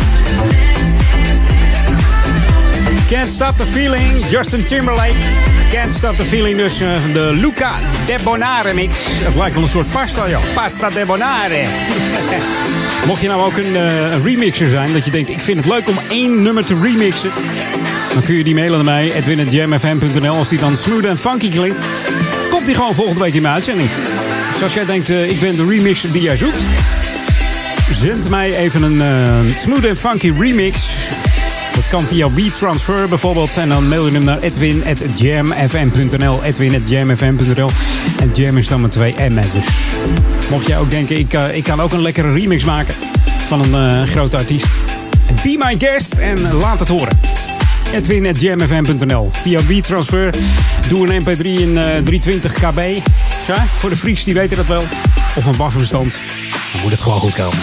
Stop the Feeling, Justin Timberlake, Can't Stop the Feeling dus uh, de Luca Debonare mix. Het lijkt wel een soort pasta, joh. Pasta Debonare. Mocht je nou ook een, uh, een remixer zijn, dat je denkt, ik vind het leuk om één nummer te remixen, dan kun je die mailen naar mij, edwin at jam f m punt n l. Als die dan smooth en funky klinkt, komt die gewoon volgende week in mijn uitzending. Dus als jij denkt, uh, ik ben de remixer die jij zoekt, zend mij even een uh, smooth en funky remix. Dat kan via WeTransfer bijvoorbeeld. En dan mail je hem naar edwin at jam f m punt n l. edwin at jam f m punt n l. En jam is dan met twee M'en. Dus mocht jij ook denken, ik, uh, ik kan ook een lekkere remix maken van een uh, grote artiest, be my guest en laat het horen. edwin at jam f m punt n l. Via WeTransfer. Doe een M P drie in uh, driehonderdtwintig kilobyte. Ja, voor de freaks die weten dat wel. Of een bufferbestand. Dan moet het gewoon goed komen.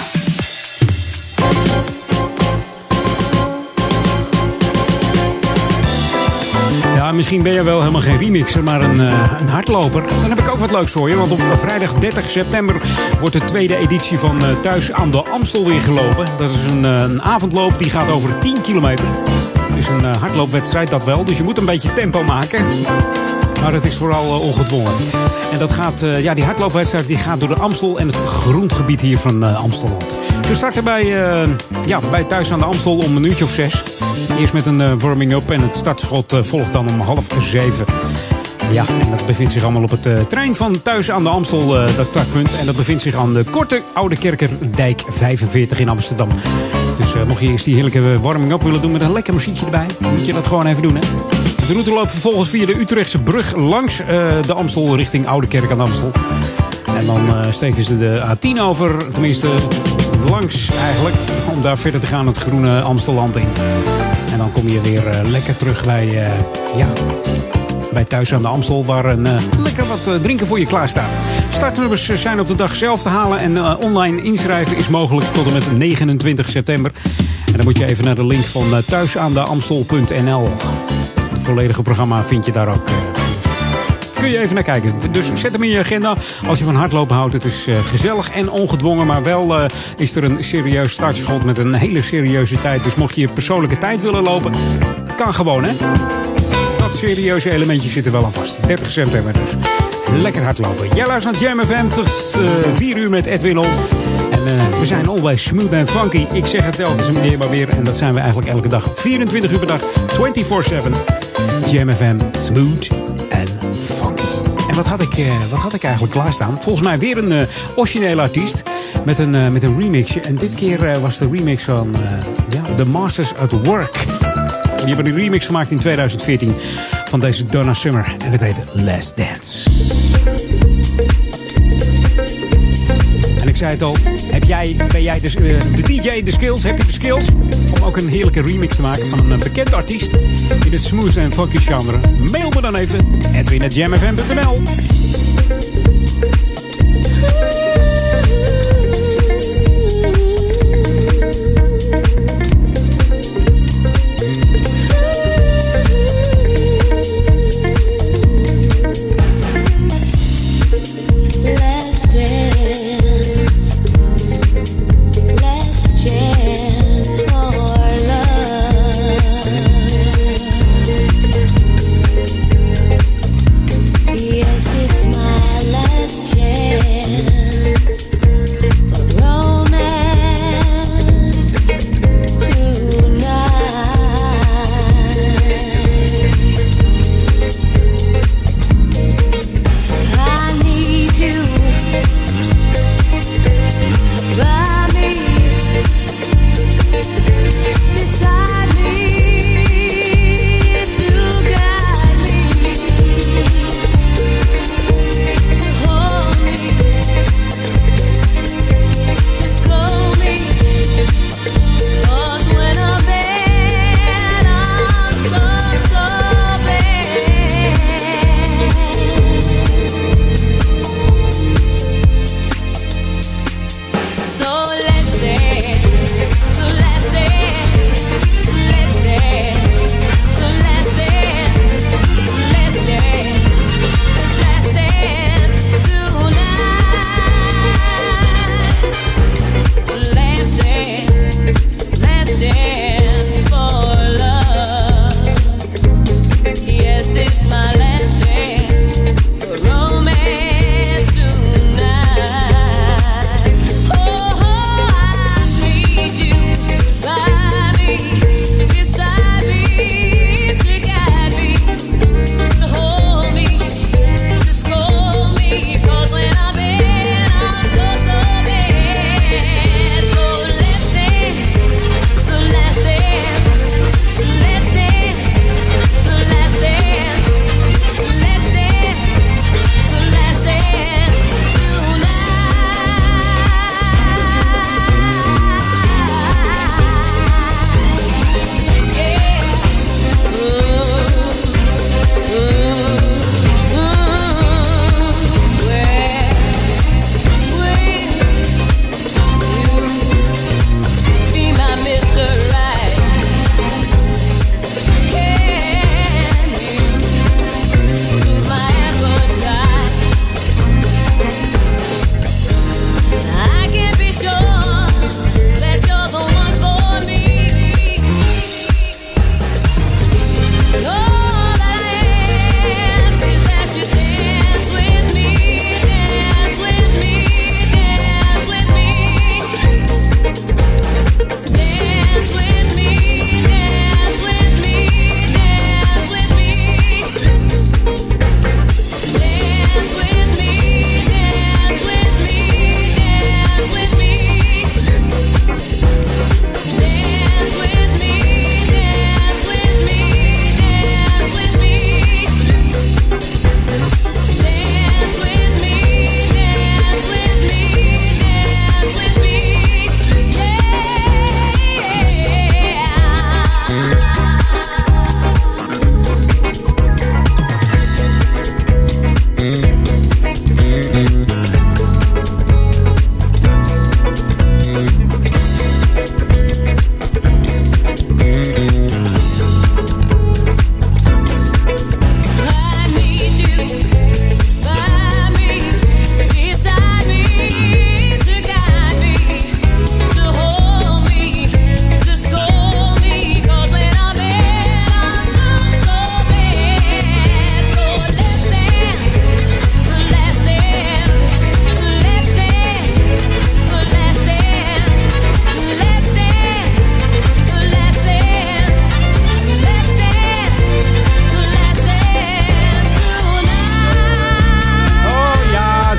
Ja, misschien ben je wel helemaal geen remixer, maar een, uh, een hardloper. Dan heb ik ook wat leuks voor je. Want op vrijdag dertig september wordt de tweede editie van uh, Thuis aan de Amstel weer gelopen. Dat is een, uh, een avondloop die gaat over tien kilometer. Het is een uh, hardloopwedstrijd, dat wel. Dus je moet een beetje tempo maken. Maar het is vooral uh, ongedwongen. En dat gaat, uh, ja, die hardloopwedstrijd die gaat door de Amstel en het grondgebied hier van uh, Amstelland. Ze starten bij, uh, ja, bij Thuis aan de Amstel om een uurtje of zes. Eerst met een uh, warming-up en het startschot uh, volgt dan om half zeven. Ja, en dat bevindt zich allemaal op het uh, trein van Thuis aan de Amstel, uh, dat startpunt. En dat bevindt zich aan de Korte Oude Kerkerdijk vijfenveertig in Amsterdam. Dus uh, mocht je eerst die heerlijke warming-up willen doen met een lekker muziekje erbij, moet je dat gewoon even doen, hè. De route loopt vervolgens via de Utrechtse brug langs uh, de Amstel richting Oude Kerk aan de Amstel. En dan uh, steken ze de A tien over, tenminste langs eigenlijk, om daar verder te gaan het groene Amstelland in. En dan kom je weer uh, lekker terug bij, uh, ja, bij Thuis aan de Amstel, waar een, uh, lekker wat uh, drinken voor je klaar staat. Startnummers zijn op de dag zelf te halen en uh, online inschrijven is mogelijk tot en met negenentwintig september. En dan moet je even naar de link van uh, thuisaandeamstel punt n l. Het volledige programma vind je daar ook. Uh, kun je even naar kijken. Dus zet hem in je agenda als je van hardlopen houdt. Het is uh, gezellig en ongedwongen, maar wel uh, is er een serieus startschot met een hele serieuze tijd. Dus mocht je je persoonlijke tijd willen lopen, kan gewoon, hè. Dat serieuze elementje zit er wel aan vast. dertig september dus. Lekker hardlopen. Jij luistert naar Jam F M tot uh, vier uur met Edwin On. En uh, we zijn always smooth and funky. Ik zeg het telkens weer maar weer. En dat zijn we eigenlijk elke dag. vierentwintig uur per dag. vierentwintig zeven. Jam F M. Smooth and funky. En wat had ik, uh, wat had ik eigenlijk klaarstaan? Volgens mij weer een uh, originele artiest. Met een, uh, met een remixje. En dit keer uh, was de remix van uh, ja, The Masters at Work. Die hebben een remix gemaakt in tweeduizend veertien van deze Donna Summer. En het heet Last Dance. En ik zei het al, heb jij, ben jij de, uh, de D J, de skills, heb je de skills om ook een heerlijke remix te maken van een bekend artiest in het smooth en funky genre? Mail me dan even, edwin at jam f m punt n l. Yes, it's my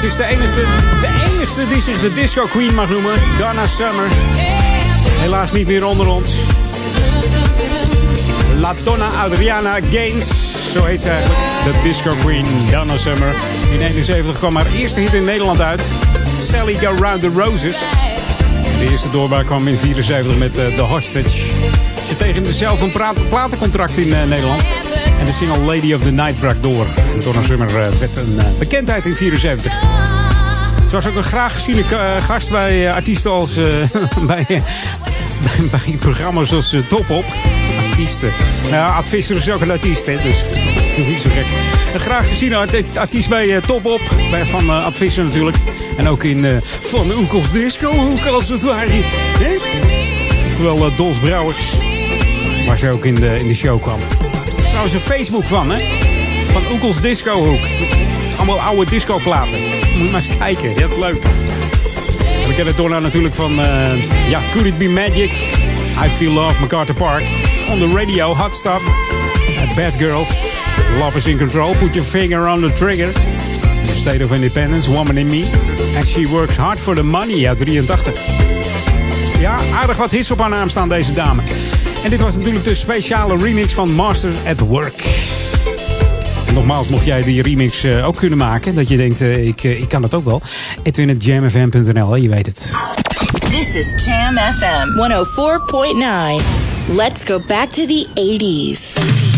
Het is de enigste, de enigste die zich de disco queen mag noemen. Donna Summer. Helaas niet meer onder ons. La Donna Adriana Gaines. Zo heet ze eigenlijk. De disco queen Donna Summer. In eenenzeventig kwam haar eerste hit in Nederland uit. Sally Go Round the Roses. De eerste doorbraak kwam in vierenzeventig met uh, The Hostage. Ze tegen dezelfde een platencontract in uh, Nederland. En de single Lady of the Night brak door. Donna Summer uh, werd een uh, bekendheid in vierenzeventig. Ze was ook een graag geziene uh, gast bij uh, artiesten als... Uh, bij, uh, bij, bij programma's als uh, Top Op. Artiesten. Nou, Ad Visser is ook een artiest, hè, dus dat is niet zo gek. Een graag geziene art- artiest bij uh, Top Op. Bij, van uh, Ad Visser natuurlijk. En ook in uh, Van Oekels Disco, hoe als het ware. Hè? Oftewel uh, Dolf Brouwers. Waar ze ook in de, in de show kwam. Er is trouwens een Facebook van, hè? Van Oekels Disco Hoek. Allemaal oude discoplaten. Moet je maar eens kijken, ja, dat is leuk. We kennen Donna natuurlijk van, uh, ja, Could It Be Magic? I Feel Love, MacArthur Park. On the Radio, Hot Stuff. Uh, Bad Girls. Love is in Control. Put Your Finger on the Trigger. The State of Independence, Woman in Me. And She Works Hard for the Money uit drieëntachtig. Ja, aardig wat hits op haar naam staan, deze dame. En dit was natuurlijk de speciale remix van Masters at Work. En nogmaals, mocht jij die remix uh, ook kunnen maken, dat je denkt, uh, ik, uh, ik kan het ook wel. Edwin at jam f m punt n l, je weet het. This is Jam F M honderdvier punt negen. Let's go back to the eighties.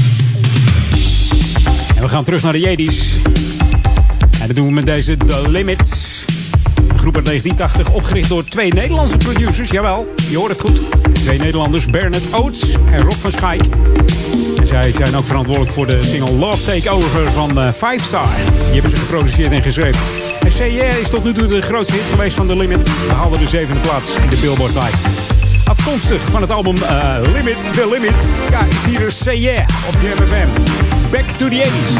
En we gaan terug naar de eighties. En dat doen we met deze The Limit. Een groep uit negentien tachtig, opgericht door twee Nederlandse producers. Jawel, je hoort het goed. Twee Nederlanders, Bernard Oates en Rob van Schaik. En zij zijn ook verantwoordelijk voor de single Love Takeover van uh, Five Star. Die hebben ze geproduceerd en geschreven. En Say Yeah is tot nu toe de grootste hit geweest van The Limit. We haalden de zevende plaats in de Billboard-lijst. Afkomstig van het album uh, Limit, The Limit. Ja, is hier dus Say Yeah op Jam F M. Back to the eighties.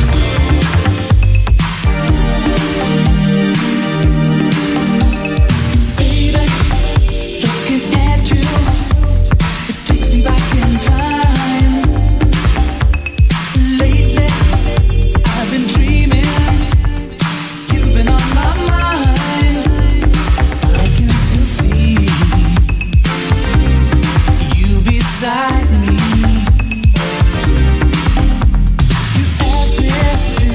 Beside me, you asked me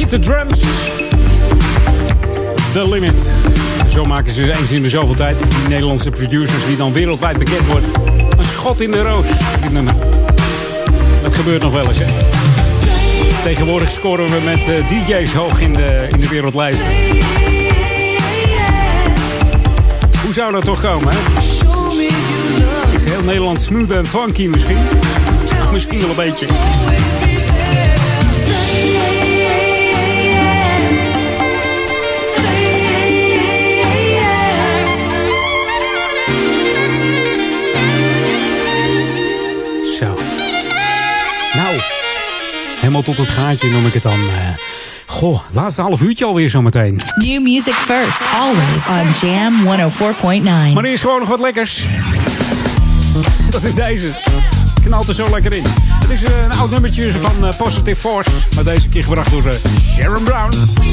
Hit the drums. The Limit. Zo maken ze eens in de zoveel tijd. Die Nederlandse producers die dan wereldwijd bekend worden. Een schot in de roos. Dit nummer. Dat gebeurt nog wel eens, hè. Tegenwoordig scoren we met uh, D J's hoog in de, in de wereldlijsten. Hoe zou dat toch komen, hè? Is heel Nederland smooth en funky misschien? Misschien wel een beetje. Zo. Nou, helemaal tot het gaatje noem ik het dan. Uh, goh, laatste half uurtje alweer zometeen. New music first, always on Jam honderdvier komma negen. Maar eerst gewoon nog wat lekkers. Dat is deze. Knalt er zo lekker in. Het is een oud nummertje van uh, Positive Force. Maar deze keer gebracht door uh, Sharon Brown.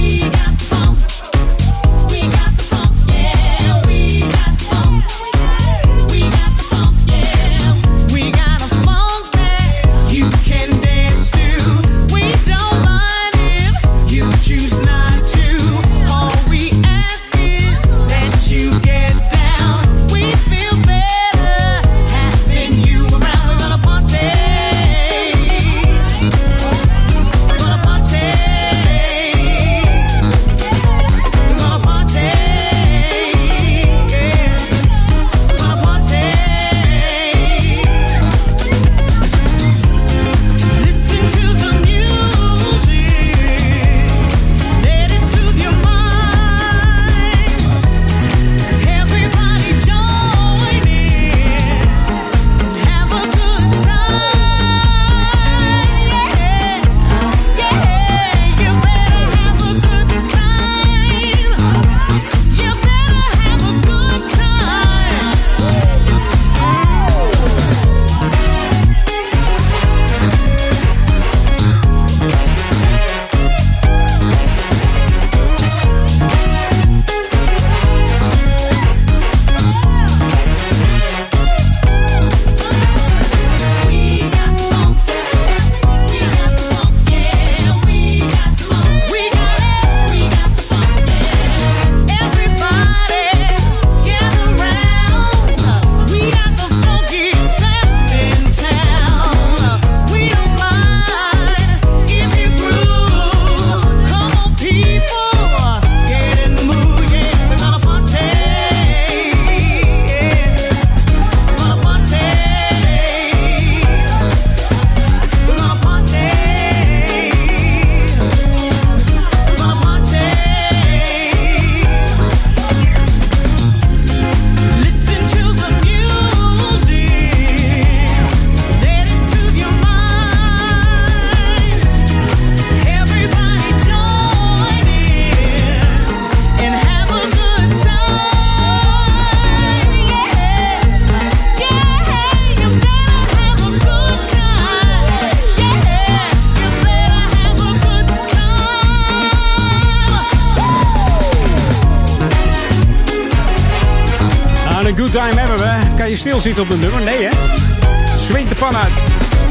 Time hebben we. Kan je stilzitten op de nummer? Nee, hè? Swingt de pan uit.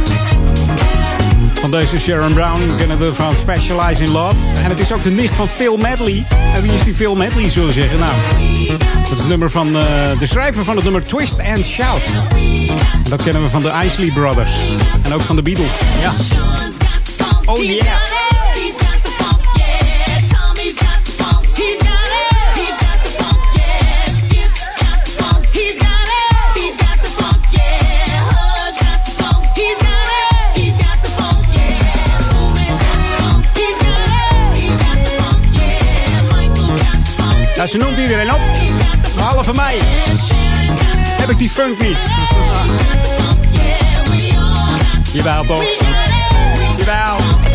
Van deze Sharon Brown. We kennen we van Specialize in Love. En het is ook de nicht van Phil Medley. En wie is die Phil Medley, zullen we zeggen? Nou, dat is het nummer van uh, de schrijver van het nummer Twist and Shout. En dat kennen we van de Isley Brothers. En ook van de Beatles. Ja. Oh yeah. Ja, ze noemt iedereen op. Behalve van mij. Heb ik die funk niet. Jawel toch? Jawel.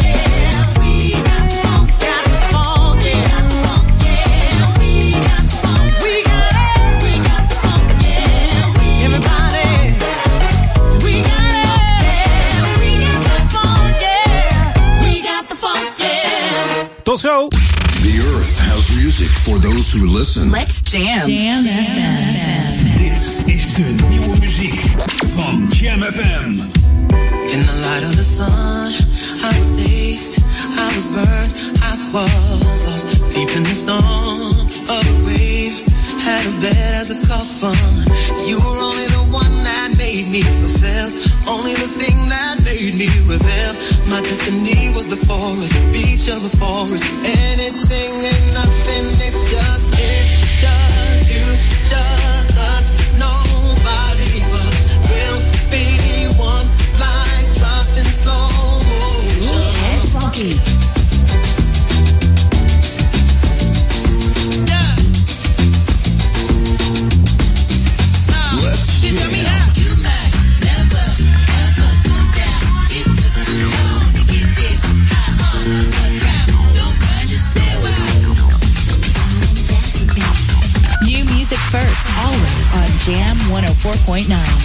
Tot zo. The earth has music for those who listen. Let's jam. Jam F M. Dit is de nieuwe muziek van Jam F M. In the light of the sun, I was dazed, I was burned, I was lost deep in the storm of a wave. Had a bed as a coffin. You were only the one that made me fulfilled. Only the thing that made me reveal. My destiny was before us, the beach of a forest. Anything and nothing, it's just, it's just you, just us. Nobody but we'll be one, like drops in slow motion. And funky. First, always on Jam one oh four point nine.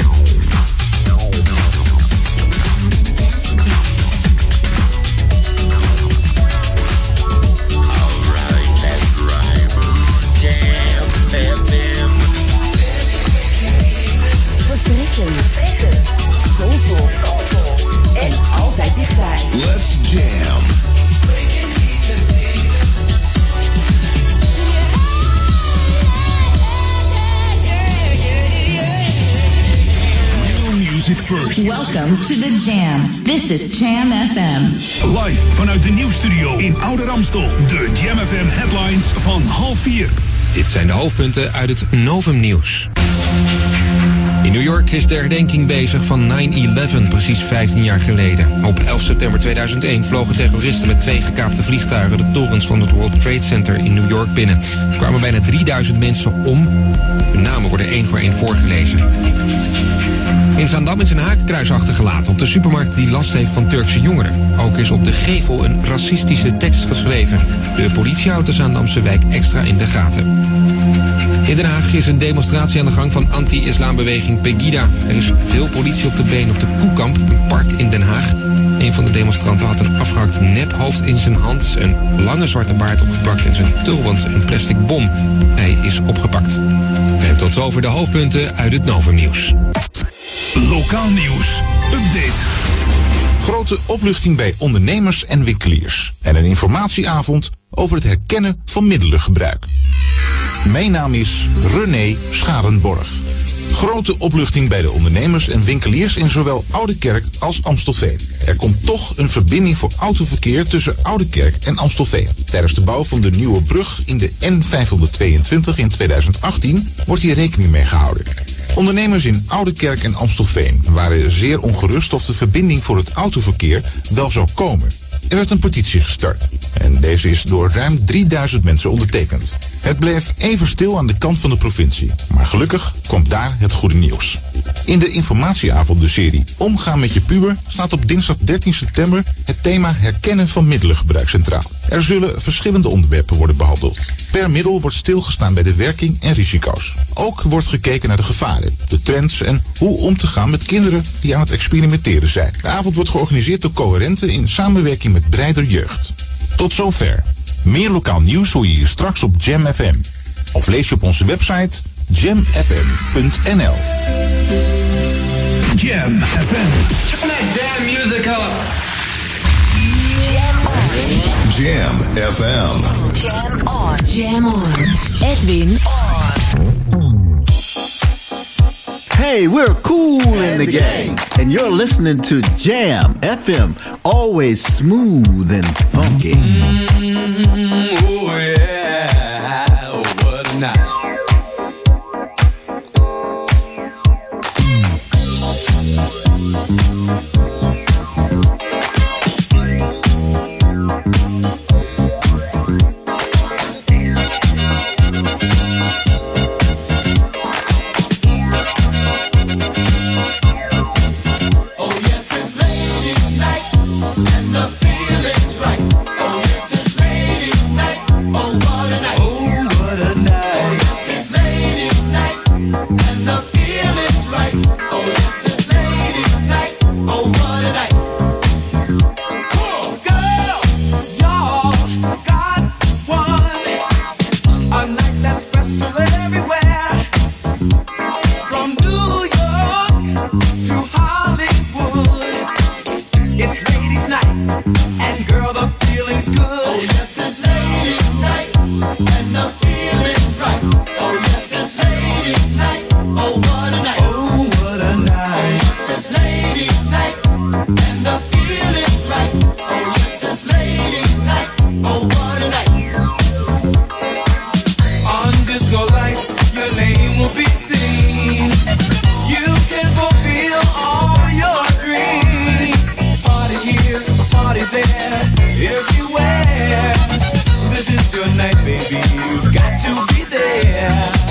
Soulful en altijd dichtbij. Let's jam. Music first. Welcome to the Jam. This is Jam F M. Live vanuit de nieuwsstudio in Oude Ramstel. De Jam F M headlines van half vier. Dit zijn de hoofdpunten uit het Novum Nieuws. In New York is de herdenking bezig van nine eleven, precies vijftien jaar geleden. Op elf september tweeduizend één vlogen terroristen met twee gekaapte vliegtuigen de torens van het World Trade Center in New York binnen. Er kwamen bijna drieduizend mensen om. Hun namen worden één voor één voorgelezen. In Zaandam is een hakenkruis achtergelaten op de supermarkt die last heeft van Turkse jongeren. Ook is op de gevel een racistische tekst geschreven. De politie houdt de Zaandamse wijk extra in de gaten. In Den Haag is een demonstratie aan de gang van anti-islambeweging Pegida. Er is veel politie op de been op de Koekamp, een park in Den Haag. Een van de demonstranten had een afgehakt nephoofd in zijn hand, een lange zwarte baard opgepakt en zijn tulband een plastic bom. Hij is opgepakt. En tot zover de hoofdpunten uit het Novum Nieuws. Lokaal nieuws. Update. Grote opluchting bij ondernemers en winkeliers. En een informatieavond over het herkennen van middelengebruik. Mijn naam is René Scharenborg. Grote opluchting bij de ondernemers en winkeliers in zowel Oudekerk als Amstelveen. Er komt toch een verbinding voor autoverkeer tussen Oudekerk en Amstelveen. Tijdens de bouw van de nieuwe brug in de N vijfhonderdtweeëntwintig in tweeduizend achttien wordt hier rekening mee gehouden. Ondernemers in Oudekerk en Amstelveen waren zeer ongerust of de verbinding voor het autoverkeer wel zou komen. Er werd een petitie gestart en deze is door ruim drieduizend mensen ondertekend. Het bleef even stil aan de kant van de provincie, maar gelukkig kwam daar het goede nieuws. In de informatieavond de serie Omgaan met je puber staat op dinsdag dertien september het thema herkennen van middelengebruik centraal. Er zullen verschillende onderwerpen worden behandeld. Per middel wordt stilgestaan bij de werking en risico's. Ook wordt gekeken naar de gevaren, de trends en hoe om te gaan met kinderen die aan het experimenteren zijn. De avond wordt georganiseerd door Coherente in samenwerking met Breider Jeugd. Tot zover. Meer lokaal nieuws hoor je hier straks op Jam F M. Of lees je op onze website jam f m punt n l. Jam F M. Turn that damn music up. Jam F M. Jam on. Jam on. Edwin on. Hey, we're cool in the gang, and you're listening to Jam F M, always smooth and funky. Mm, oh yeah, what a night. Night, and the feeling's right. Oh, yes, it's ladies' night. yes, it's ladies' night, and the feeling's right. Oh, yes, it's ladies' night. Oh, what a night. On disco lights, your name will be seen. You can fulfill all your dreams. Party here, party there, everywhere. This is your night, baby. You've got to be there.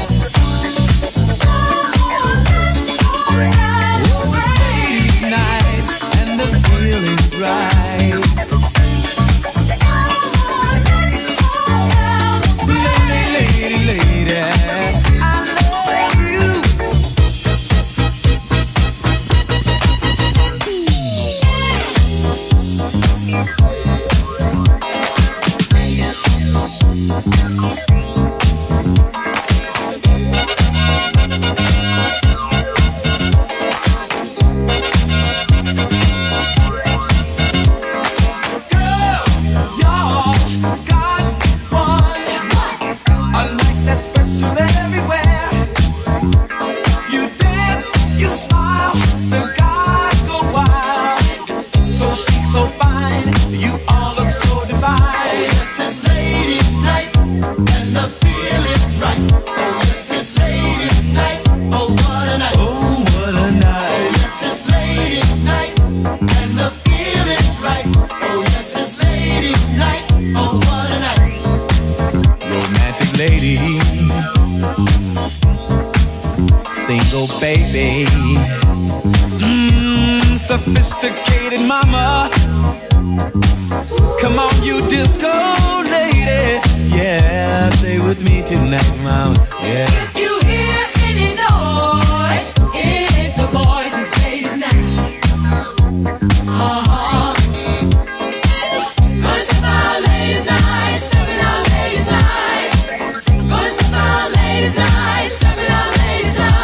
Ladies' night, and the feeling's right. Lady, lady, lady, I love you. Baby, mm, sophisticated mama. Come on, you disco lady. Yeah, stay with me tonight, mama. Yeah. If you hear any noise, hit the boys and ladies night. Uh-huh. Gonna step out ladies night, stepping out ladies night. Gonna step out ladies night, stepping out ladies night.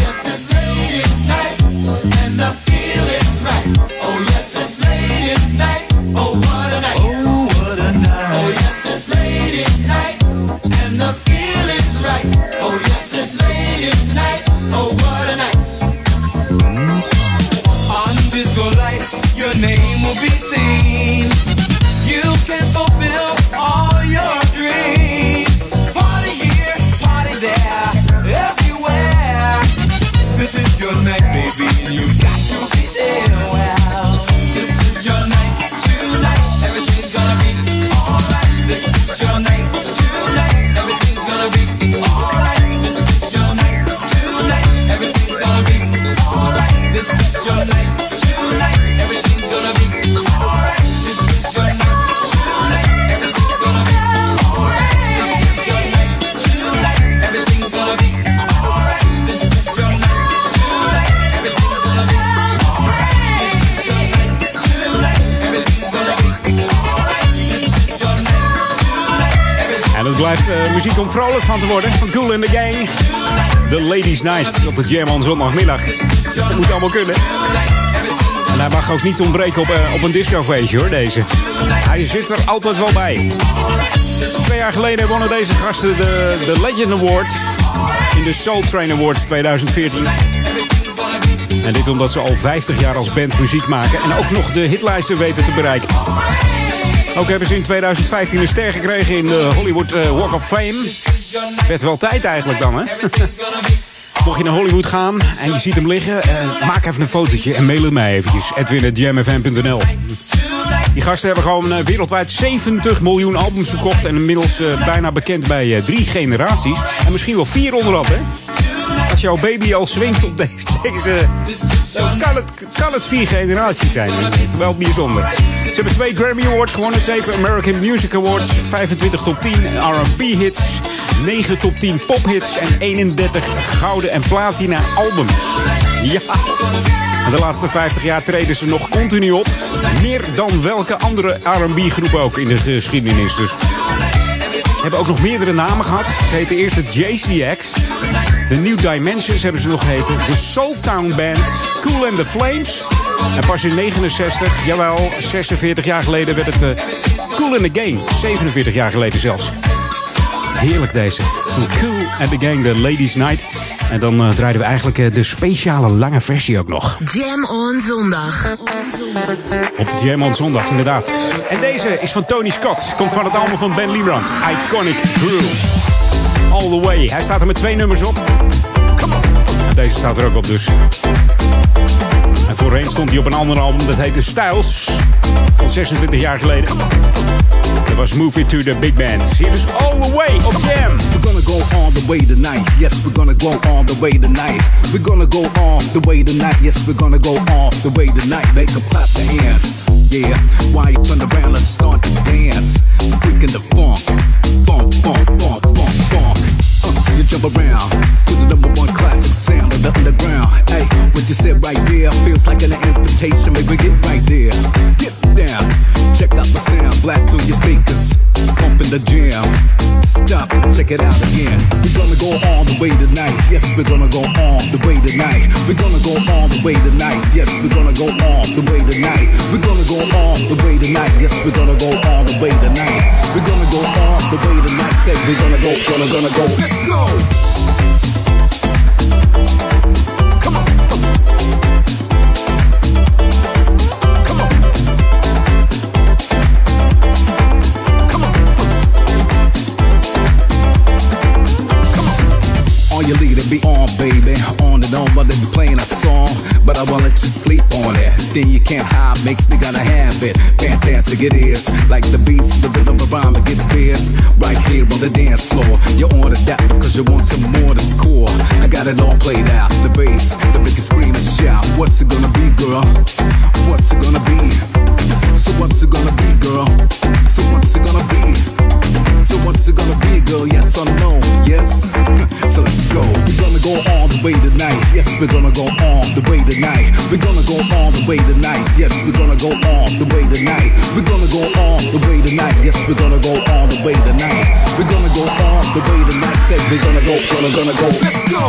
Your name will be seen. You can fulfill all your dreams. Party here, party there, everywhere. This is your night, baby, and you got to be there. Well, this is your night tonight. Everything's gonna be alright. This is your night tonight. Everything's gonna be alright. This is your night tonight. Everything's gonna be alright. This is your night tonight. Everything's gonna be alright. This is your night tonight. Everything's gonna be alright. This is your night tonight. Everything's gonna be alright. This is your night tonight. Everything's gonna be alright. This is your night tonight. Everything's gonna be alright. This is your night tonight. En het blijft uh, muziek om vrolijk van te worden. Van Kool and the Gang. The Ladies Night op de Jam on zondagmiddag. Dat moet allemaal kunnen. En hij mag ook niet ontbreken op, uh, op een discofeestje hoor, deze. Hij zit er altijd wel bij. Twee jaar geleden wonnen deze gasten de, de Legend Award in de Soul Train Awards tweeduizend veertien. En dit omdat ze al vijftig jaar als band muziek maken en ook nog de hitlijsten weten te bereiken. Ook hebben ze in tweeduizend vijftien een ster gekregen in de Hollywood uh, Walk of Fame. Werd wel tijd eigenlijk dan, hè? Mocht je naar Hollywood gaan en je ziet hem liggen, uh, maak even een fotootje en mail het mij eventjes. edwin at jam f m punt n l. Die gasten hebben gewoon uh, wereldwijd zeventig miljoen albums verkocht en inmiddels uh, bijna bekend bij uh, drie generaties. En misschien wel vier onderhand, hè? Als jouw baby al swingt op deze, deze dan kan het, kan het vier generaties zijn. Wel bijzonder. Ze hebben twee Grammy Awards gewonnen, zeven American Music Awards, vijfentwintig top tien R en B hits, negen top tien pophits en eenendertig gouden en platina albums. Ja, en de laatste vijftig jaar treden ze nog continu op. Meer dan welke andere R en B groep ook in de geschiedenis. Dus hebben ook nog meerdere namen gehad. Ze heten eerst de J C X. De New Dimensions hebben ze nog geheten. De Soultown Band. Kool and the Flames. En pas in negenenzestig, jawel, zesenveertig jaar geleden werd het uh, Kool and the Gang. zevenenveertig jaar geleden zelfs. Heerlijk deze. Van Kool and the Gang, de Ladies Night. En dan uh, draaiden we eigenlijk uh, de speciale lange versie ook nog. Jam on zondag. Op de Jam on zondag, inderdaad. En deze is van Tony Scott. Komt van het album van Ben Liebrand. Iconic Groove. All the Way. Hij staat er met twee nummers op. En deze staat er ook op dus. En voorheen stond hij op een ander album. Dat heette Styles. Van zesentwintig jaar geleden. Dat was Move It to the Big Band. Hier is All the Way op Jam. We're gonna go all the way tonight. Yes, we're gonna go all the way tonight. We're gonna go all the way tonight. Yes, we're gonna go all the way tonight. Make them clap their hands. Yeah, while you turn around, let's start to dance. Freaking the funk. Funk, funk, funk, funk, funk. Uh, you jump around to the number one classic sound of the underground. Hey, what you said right there feels like an invitation. Maybe get right there. Get down. Check out the sound. Blast through your speakers. Pump in the jam. Stop. Check it out again. We're gonna go all the way tonight. Yes, we're gonna go all the way tonight. We're gonna go all the way tonight. Yes, we're gonna go all the way tonight. We're gonna go all the way tonight. Yes, we're gonna go all the way tonight. We're gonna go all the way tonight. Say we're gonna go, gonna, gonna go. Let's go. You lead it, be on, baby. On and on while they be playing a song. But I won't let you sleep on it. Then you can't hide, makes me gotta have it. Fantastic it is. Like the beast, the rhythm of rhyme that gets fierce. Right here on the dance floor. You ordered that because you want some more that's core. I got it all played out. The bass, the biggest scream and shout. What's it gonna be, girl? What's it gonna be? So what's it gonna be, girl? So what's it gonna be? So what's it gonna be, girl? Yes or no? Yes? So let's go. We're gonna go all the way tonight. Yes, we're gonna go all the way tonight. We're gonna go all the way tonight. Yes, we're gonna go all the way tonight. We're gonna go all the way tonight. Yes, we're gonna go all the way tonight. We're gonna go all the way tonight. Say we're gonna go, gonna, gonna go. Let's go.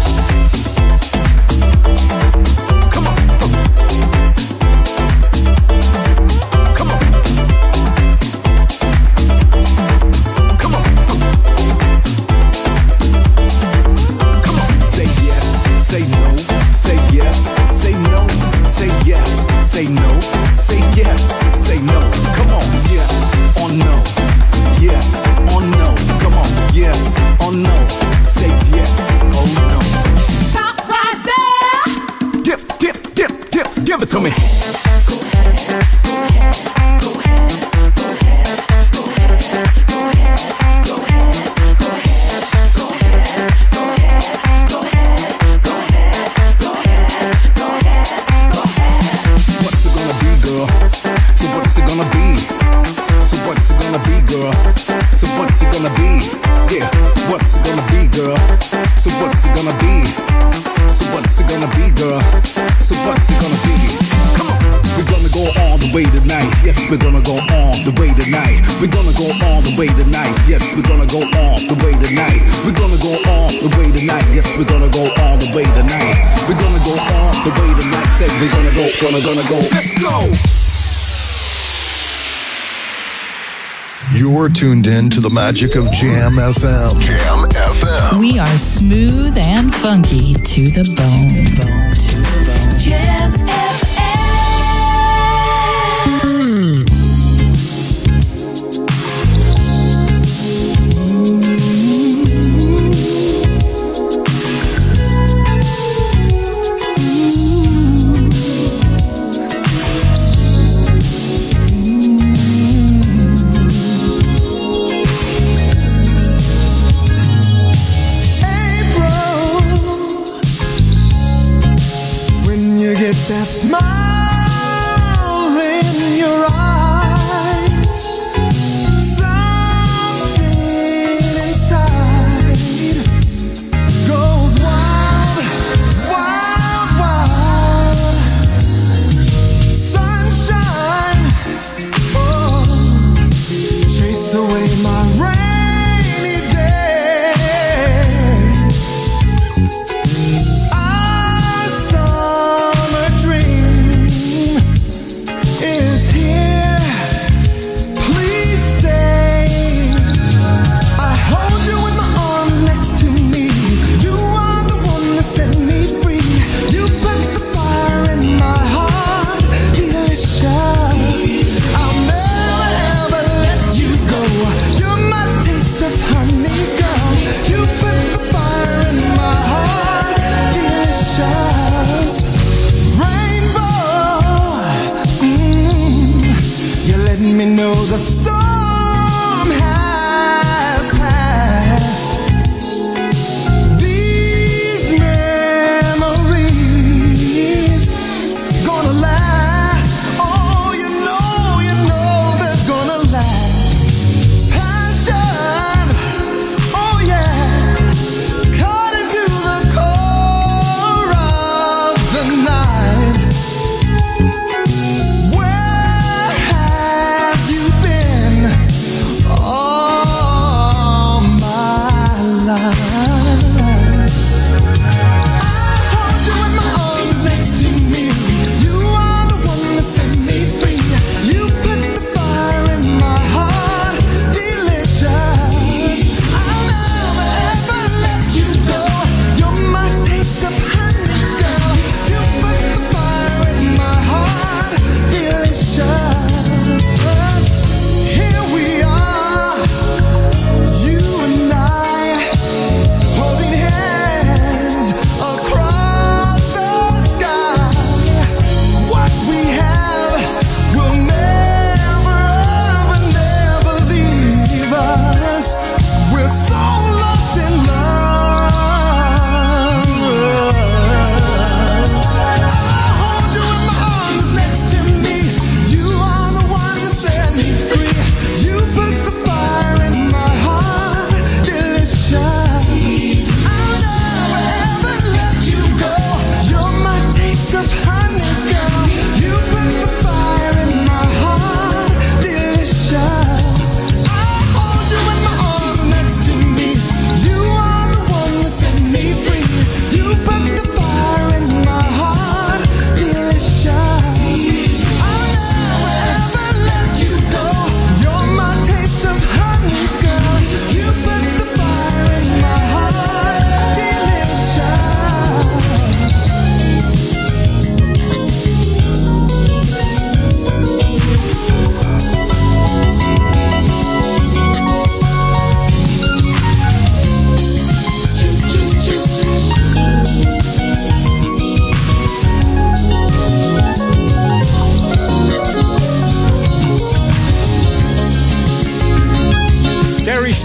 Say no, say yes, say no, say yes, say no, say yes, say no. Come on, yes or no, yes or no. Come on, yes or no, say yes or no. Stop right there. Dip, dip, dip, dip, give it to me. Go ahead, go ahead, go ahead, go ahead, go ahead, go ahead, go ahead, go ahead, go ahead, go ahead, go ahead. So what's it gonna be? So what's it gonna be, girl? So what's it gonna be? Yeah, what's it gonna be, girl? So what's it gonna be? So what's it gonna be, girl? So what's it gonna be? Come on. We're gonna go all the way tonight. Yes, we're gonna go all the way tonight. We're gonna go all the way tonight. Yes, we're gonna go all the way tonight. We're gonna go all the way tonight. Yes, we're gonna go all the way tonight. We're gonna go all the way tonight. Say we're gonna go, gonna, gonna go. Let's go. You're tuned in to the magic of Jam F M. Jam F M. We are smooth and funky to the bone. To the bone. To the bone. Jam F M. That smile in your eyes, something inside goes wild, wild, wild. Sunshine, oh, chase away my rainy day. Our summer dream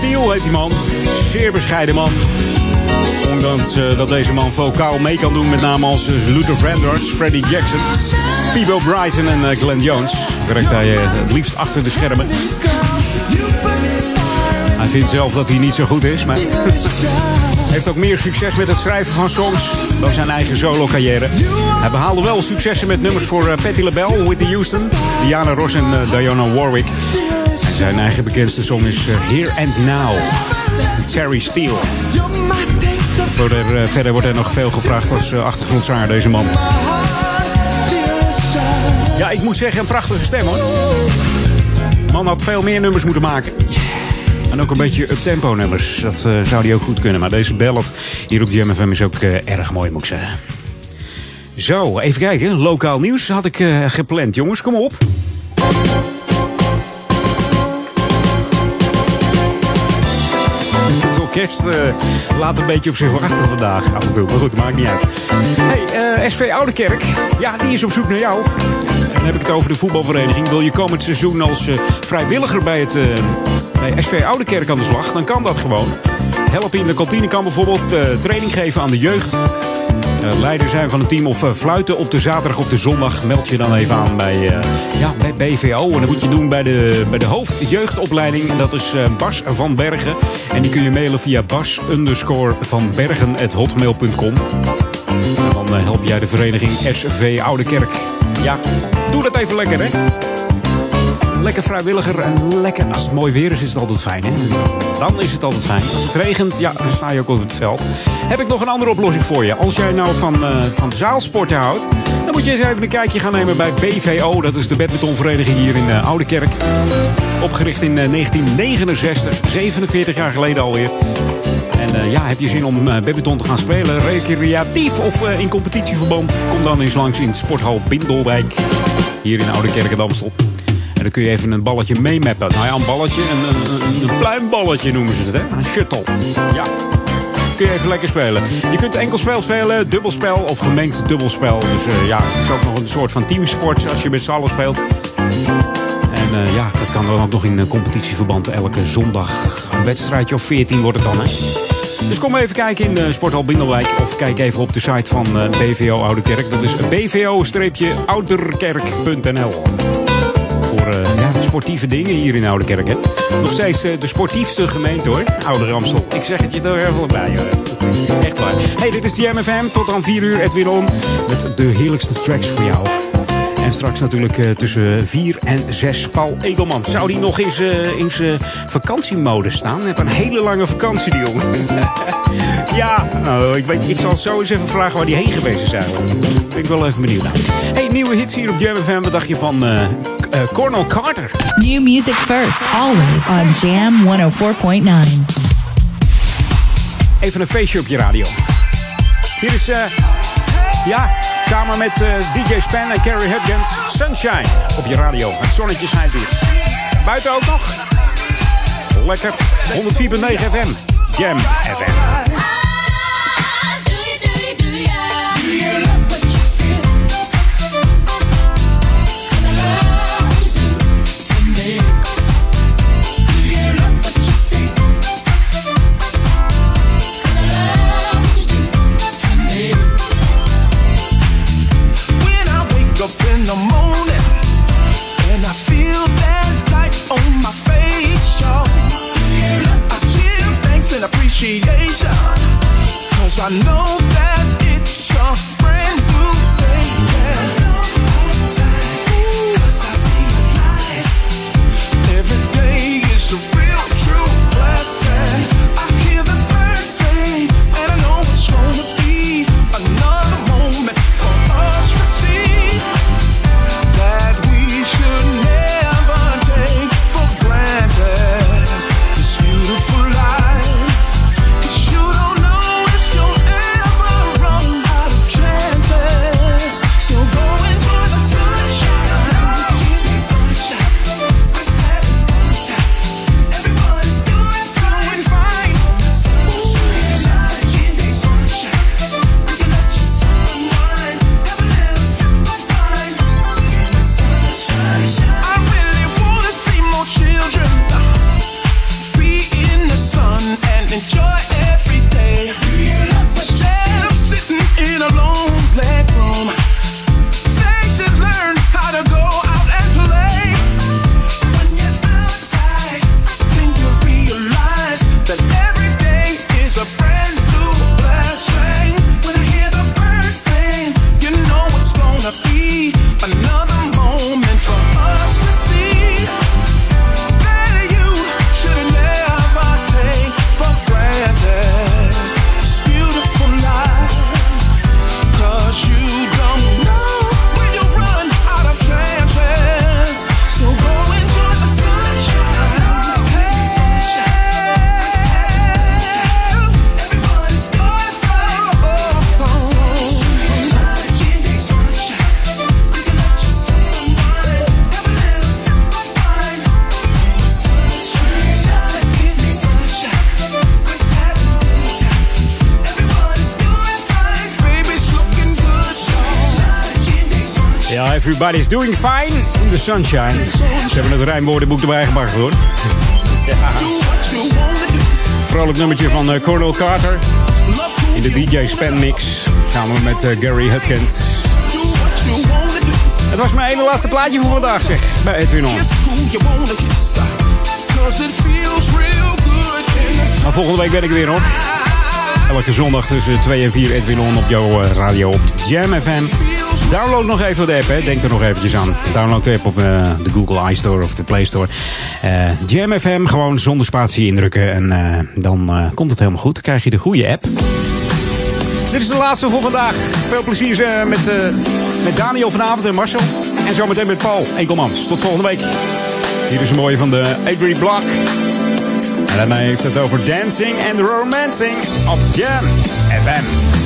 Steele heet die man. Zeer bescheiden man. Ondanks uh, dat deze man vocaal mee kan doen, met name als uh, Luther Vandross, Freddie Jackson, Peebo Bryson en uh, Glenn Jones. Werkt hij uh, het liefst achter de schermen. Hij vindt zelf dat hij niet zo goed is, maar heeft ook meer succes met het schrijven van songs dan zijn eigen solo-carrière. Hij behaalde wel successen met nummers voor uh, Patti LaBelle, Whitney Houston, Diana Ross en uh, Dionne Warwick. En zijn eigen bekendste song is uh, Here and Now, Terry Steele. Verder, uh, verder wordt er nog veel gevraagd als uh, achtergrondzanger, deze man. Ja, ik moet zeggen, een prachtige stem hoor. De man had veel meer nummers moeten maken. En ook een beetje up-tempo nummers. Dat uh, zou hij ook goed kunnen. Maar deze ballad hier op Jam F M is ook uh, erg mooi, moet ik zeggen. Zo, even kijken. Lokaal nieuws had ik uh, gepland. Jongens, kom op. Het orkest uh, laat een beetje op zich wachten vandaag. Af en toe, maar goed, maakt niet uit. Hey, uh, S V Oudekerk. Ja, die is op zoek naar jou. En dan heb ik het over de voetbalvereniging. Wil je komend seizoen als uh, vrijwilliger bij het... Uh, bij S V Oudekerk aan de slag, dan kan dat gewoon. Helpen in de kantine kan bijvoorbeeld uh, training geven aan de jeugd. Uh, leider zijn van een team of uh, fluiten op de zaterdag of de zondag. Meld je dan even aan bij, uh, ja, bij B V O. En dat moet je doen bij de, bij de hoofdjeugdopleiding. En dat is uh, Bas van Bergen. En die kun je mailen via bas underscore van bergen at hotmail punt com. En dan uh, help jij de vereniging S V Oudekerk. Ja, doe dat even lekker, hè. Lekker vrijwilliger en lekker. Als het mooi weer is, is het altijd fijn, hè? Dan is het altijd fijn. Als het regent, ja, dan sta je ook op het veld. Heb ik nog een andere oplossing voor je. Als jij nou van, uh, van zaalsporten houdt, dan moet je eens even een kijkje gaan nemen bij B V O. Dat is de badmintonvereniging hier in uh, Oudekerk. Opgericht in uh, negentien negenenzestig, zevenenveertig jaar geleden alweer. En uh, ja, heb je zin om uh, badminton te gaan spelen, recreatief of uh, in competitieverband? Kom dan eens langs in Sporthal Bindelwijk, hier in Oudekerk en Amstel. En dan kun je even een balletje meemappen. Nou ja, een balletje, een, een, een pluimballetje noemen ze het, hè? Een shuttle. Ja, kun je even lekker spelen. Je kunt enkelspel spelen, dubbelspel of gemengd dubbelspel. Dus uh, ja, het is ook nog een soort van teamsport als je met z'n allen speelt. En uh, ja, dat kan dan ook nog in uh, competitieverband elke zondag. Een wedstrijdje of veertien wordt het dan, hè? Dus kom even kijken in uh, Sporthal Bindelwijk. Of kijk even op de site van uh, B V O Oudekerk. Dat is b v o ouderkerk punt n l. Voor uh, ja, sportieve dingen hier in Oudekerk, hè. Nog steeds uh, de sportiefste gemeente, hoor. Oude Ramstel. Ik zeg het je er even bij, hoor. Echt waar. Hey, dit is Jam F M. Tot aan vier uur, Edwin On. Met de heerlijkste tracks voor jou. En straks natuurlijk uh, tussen vier en zes Paul Egelman. Zou die nog in zijn in zijn vakantiemode staan? Hij heeft een hele lange vakantie, die jongen. Ja, nou, ik, weet, ik zal zo eens even vragen waar die heen geweest zijn. Ben ik wel even benieuwd naar. Hey, nieuwe hits hier op Jam F M. Wat dacht je van uh, uh, Cornel Carter? New music first, always on Jam honderdvier komma negen. Even een feestje op je radio. Hier is, uh, ja... samen met uh, D J Span en Carrie Hudgens, Sunshine op je radio. Het zonnetje schijnt hier. Buiten ook nog. Lekker. honderdvier komma negen F M. Jam F M. Up in the morning, and I feel that light on my face, y'all. I give thanks and appreciation, cause I know that it's a brand new day. Every day is a real true blessing. I hear the birds sing, and I know it's gonna be another moment for us to see. That we should never take for granted this beautiful life. 'Cause you don't know if you'll ever Ja, everybody's doing fine in the sunshine. Ze hebben het rijmwoordenboek erbij gepakt, hoor. Ja. Vrolijk nummertje van uh, Cornel Carter. In de D J Span mix. Samen met uh, Gary Hutkins. Het was mijn ene laatste plaatje voor vandaag, zeg. Bij Edwin On. Maar volgende week ben ik weer, hoor. Elke zondag tussen twee en vier Edwin On op jouw uh, radio op Jam F M. Download nog even de app, hè. Denk er nog eventjes aan. Download de app op uh, de Google iStore of de Play Store. Uh, Jam F M, gewoon zonder spatie indrukken. En uh, dan uh, komt het helemaal goed. Dan krijg je de goede app. Dit is de laatste voor vandaag. Veel plezier uh, met, uh, met Daniel vanavond en Marcel. En zometeen met Paul Enkelmans. Tot volgende week. Hier is een mooie van de Avery Block. En daarna heeft het over dancing and romancing op Jam F M.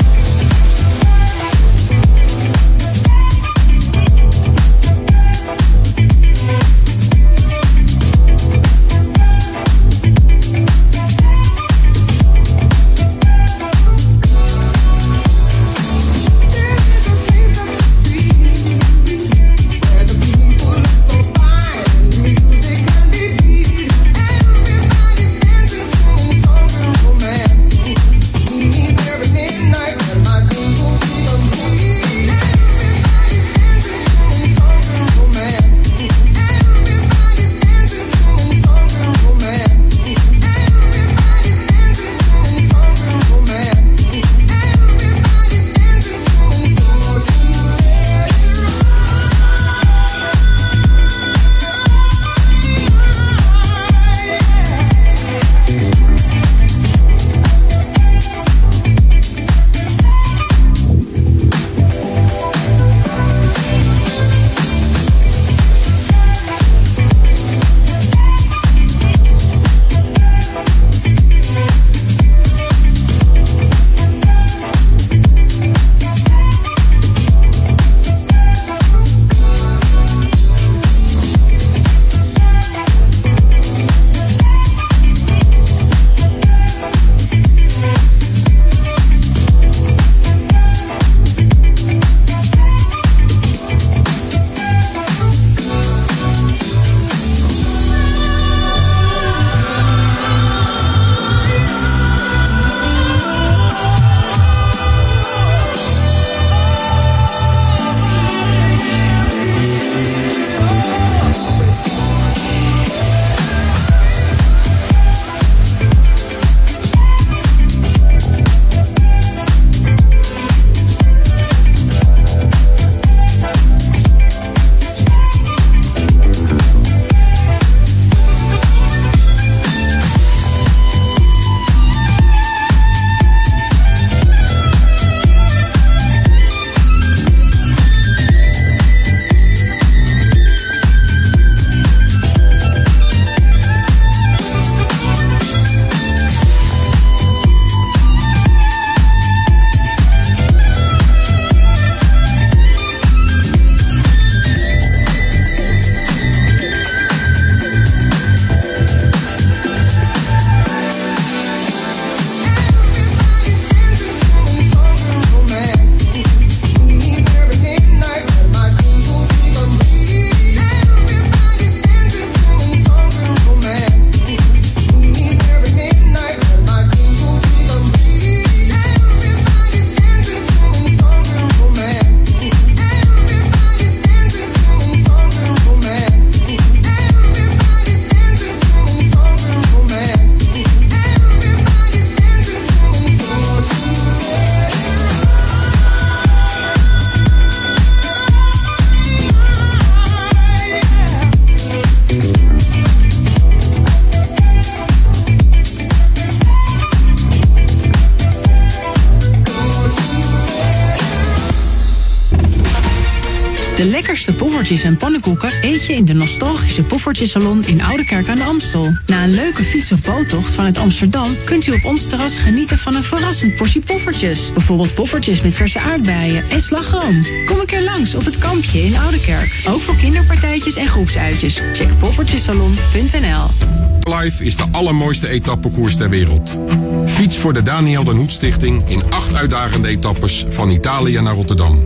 De lekkerste poffertjes en pannenkoeken eet je in de nostalgische Poffertjesalon in Oudekerk aan de Amstel. Na een leuke fiets- of boottocht vanuit Amsterdam kunt u op ons terras genieten van een verrassend portie poffertjes. Bijvoorbeeld poffertjes met verse aardbeien en slagroom. Kom een keer langs op het kampje in Oudekerk. Ook voor kinderpartijtjes en groepsuitjes. Check poffertjesalon punt n l. Live is de allermooiste etappekoers ter wereld. Fiets voor de Daniel den Hoed Stichting in acht uitdagende etappes van Italië naar Rotterdam.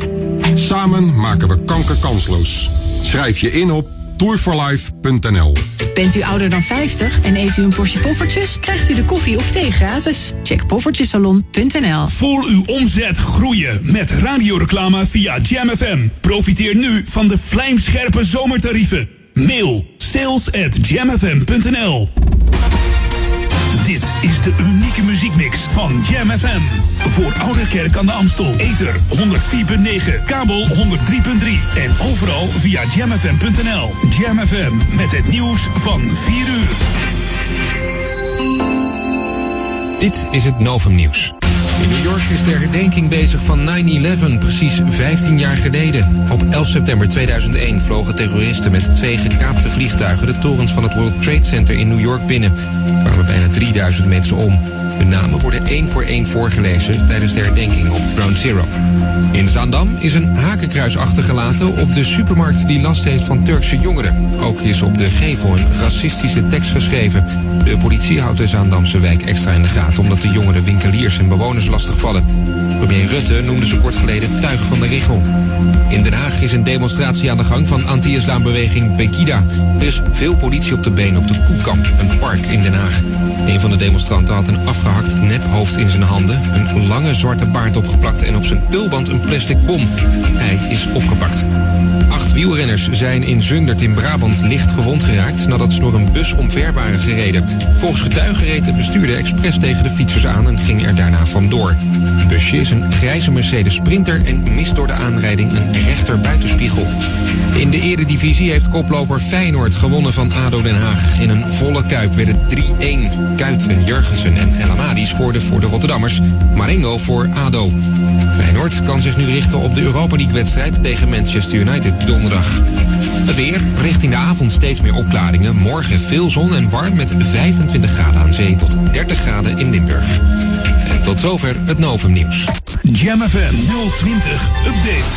Samen maken we kanker kansloos. Schrijf je in op tour for life punt n l. Bent u ouder dan vijftig en eet u een portie poffertjes? Krijgt u de koffie of thee gratis. Check poffertjesalon punt n l. Voel uw omzet groeien met radioreclame via Jam F M. Profiteer nu van de vlijmscherpe zomertarieven. Mail sales at jam f m punt n l. Dit is de unieke muziekmix van Jam F M. Voor Ouderkerk aan de Amstel. Ether honderd vier punt negen, kabel honderd drie punt drie. En overal via jam f m punt n l. Jam F M met het nieuws van vier uur. Dit is het Novum Nieuws. In New York is de herdenking bezig van nine eleven, precies vijftien jaar geleden. Op elf september tweeduizend één vlogen terroristen met twee gekaapte vliegtuigen de torens van het World Trade Center in New York binnen. Er kwamen bijna drieduizend mensen om. Hun namen worden één voor één voorgelezen tijdens de herdenking op Ground Zero. In Zaandam is een hakenkruis achtergelaten op de supermarkt die last heeft van Turkse jongeren. Ook is op de gevel een racistische tekst geschreven. De politie houdt de Zaandamse wijk extra in de gaten omdat de jongeren winkeliers en bewoners lastigvallen. Premier Rutte noemde ze kort geleden tuig van de richel. In Den Haag is een demonstratie aan de gang van anti-islambeweging Pegida. Er is veel politie op de been op de Koekamp, een park in Den Haag. Een van de demonstranten had een afgehakt nephoofd in zijn handen, een lange zwarte baard opgeplakt en op zijn tulband een plastic bom. Hij is opgepakt. Acht wielrenners zijn in Zundert in Brabant licht gewond geraakt nadat ze door een bus omver waren gereden. Volgens getuigen reed de bestuurder expres tegen de fietsers aan en ging er daarna vandoor. Het busje is een grijze Mercedes Sprinter en mist door de aanrijding een rechter buitenspiegel. In de eredivisie heeft koploper Feyenoord gewonnen van A D O Den Haag. In een volle kuip werd het drie één. Kuiten, Jurgensen en El Amadi scoorden voor de Rotterdammers. Marengo voor A D O. Feyenoord kan zich nu richten op de Europa League-wedstrijd tegen Manchester United donderdag. Het weer, richting de avond steeds meer opklaringen. Morgen veel zon en warm met vijfentwintig graden aan zee tot dertig graden in Limburg. En tot zover het Novum Nieuws. Jam F M nul twintig Update.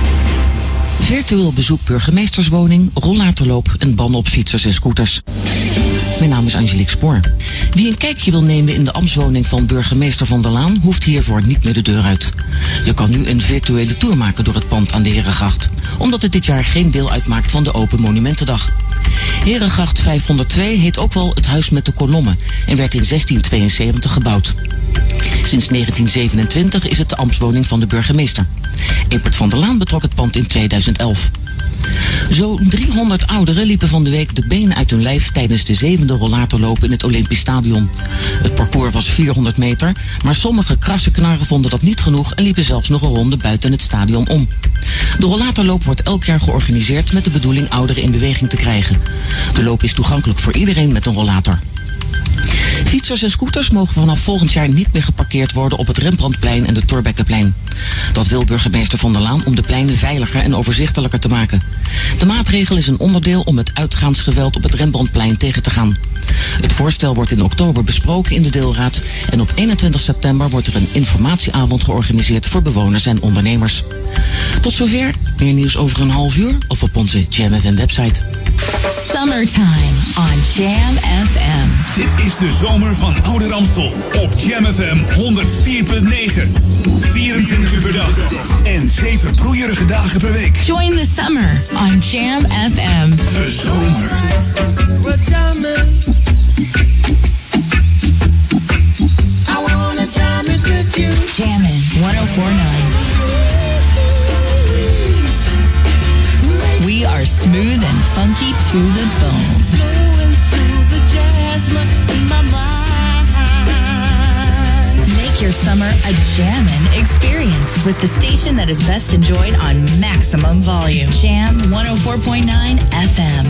Virtueel bezoek burgemeesterswoning, rollatorloop en bannen op fietsers en scooters. Mijn naam is Angelique Spoor. Wie een kijkje wil nemen in de ambtswoning van burgemeester Van der Laan hoeft hiervoor niet meer de deur uit. Je kan nu een virtuele tour maken door het pand aan de Herengracht, omdat het dit jaar geen deel uitmaakt van de Open Monumentendag. Herengracht vijfhonderdtwee heet ook wel het Huis met de Kolommen en werd in zestien tweeënzeventig gebouwd. Sinds negentien zevenentwintig is het de ambtswoning van de burgemeester. Epert van der Laan betrok het pand in tweeduizend elf. Zo'n driehonderd ouderen liepen van de week de benen uit hun lijf tijdens de zevende rollatorloop in het Olympisch Stadion. Het parcours was vierhonderd meter, maar sommige krassenknarren vonden dat niet genoeg en liepen zelfs nog een ronde buiten het stadion om. De rollatorloop wordt elk jaar georganiseerd met de bedoeling ouderen in beweging te krijgen. De loop is toegankelijk voor iedereen met een rollator. Fietsers en scooters mogen vanaf volgend jaar niet meer geparkeerd worden op het Rembrandtplein en de Thorbeckenplein. Dat wil burgemeester Van der Laan om de pleinen veiliger en overzichtelijker te maken. De maatregel is een onderdeel om het uitgaansgeweld op het Rembrandtplein tegen te gaan. Het voorstel wordt in oktober besproken in de deelraad en op eenentwintig september wordt er een informatieavond georganiseerd voor bewoners en ondernemers. Tot zover, meer nieuws over een half uur of op onze Jam F M website. Summertime on Jam F M. Dit is de zomer van Ouder Amstel op Jam F M honderd vier punt negen. vierentwintig uur per dag en zeven broeierige dagen per week. Join the summer on Jam F M. De zomer. I wanna jam it with you. Jammin' honderd vier punt negen. We are smooth and funky to the bone. Going through the jasmine in my mind. Make your summer a jammin' experience with the station that is best enjoyed on maximum volume. Jam honderd vier punt negen F M.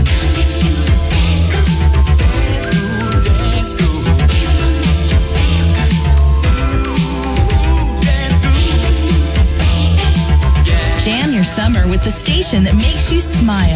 Jam your summer with the station that makes you smile.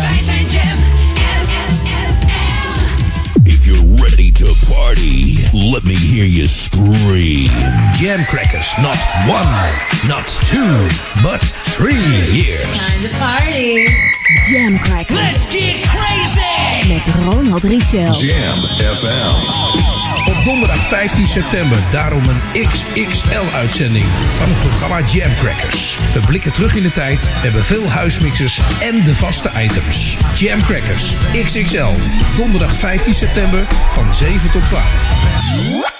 If you're ready to party, let me hear you scream. Jam crackers, not one, not two, but three years. Time to party. Jam crackers. Let's get crazy. Met Ronald Richel. Jam F M. Op Donderdag vijftien september, daarom een X X L-uitzending van het programma Jam Crackers. We blikken terug in de tijd, hebben veel huismixers en de vaste items. Jam Crackers X X L, donderdag vijftien september van zeven tot twaalf.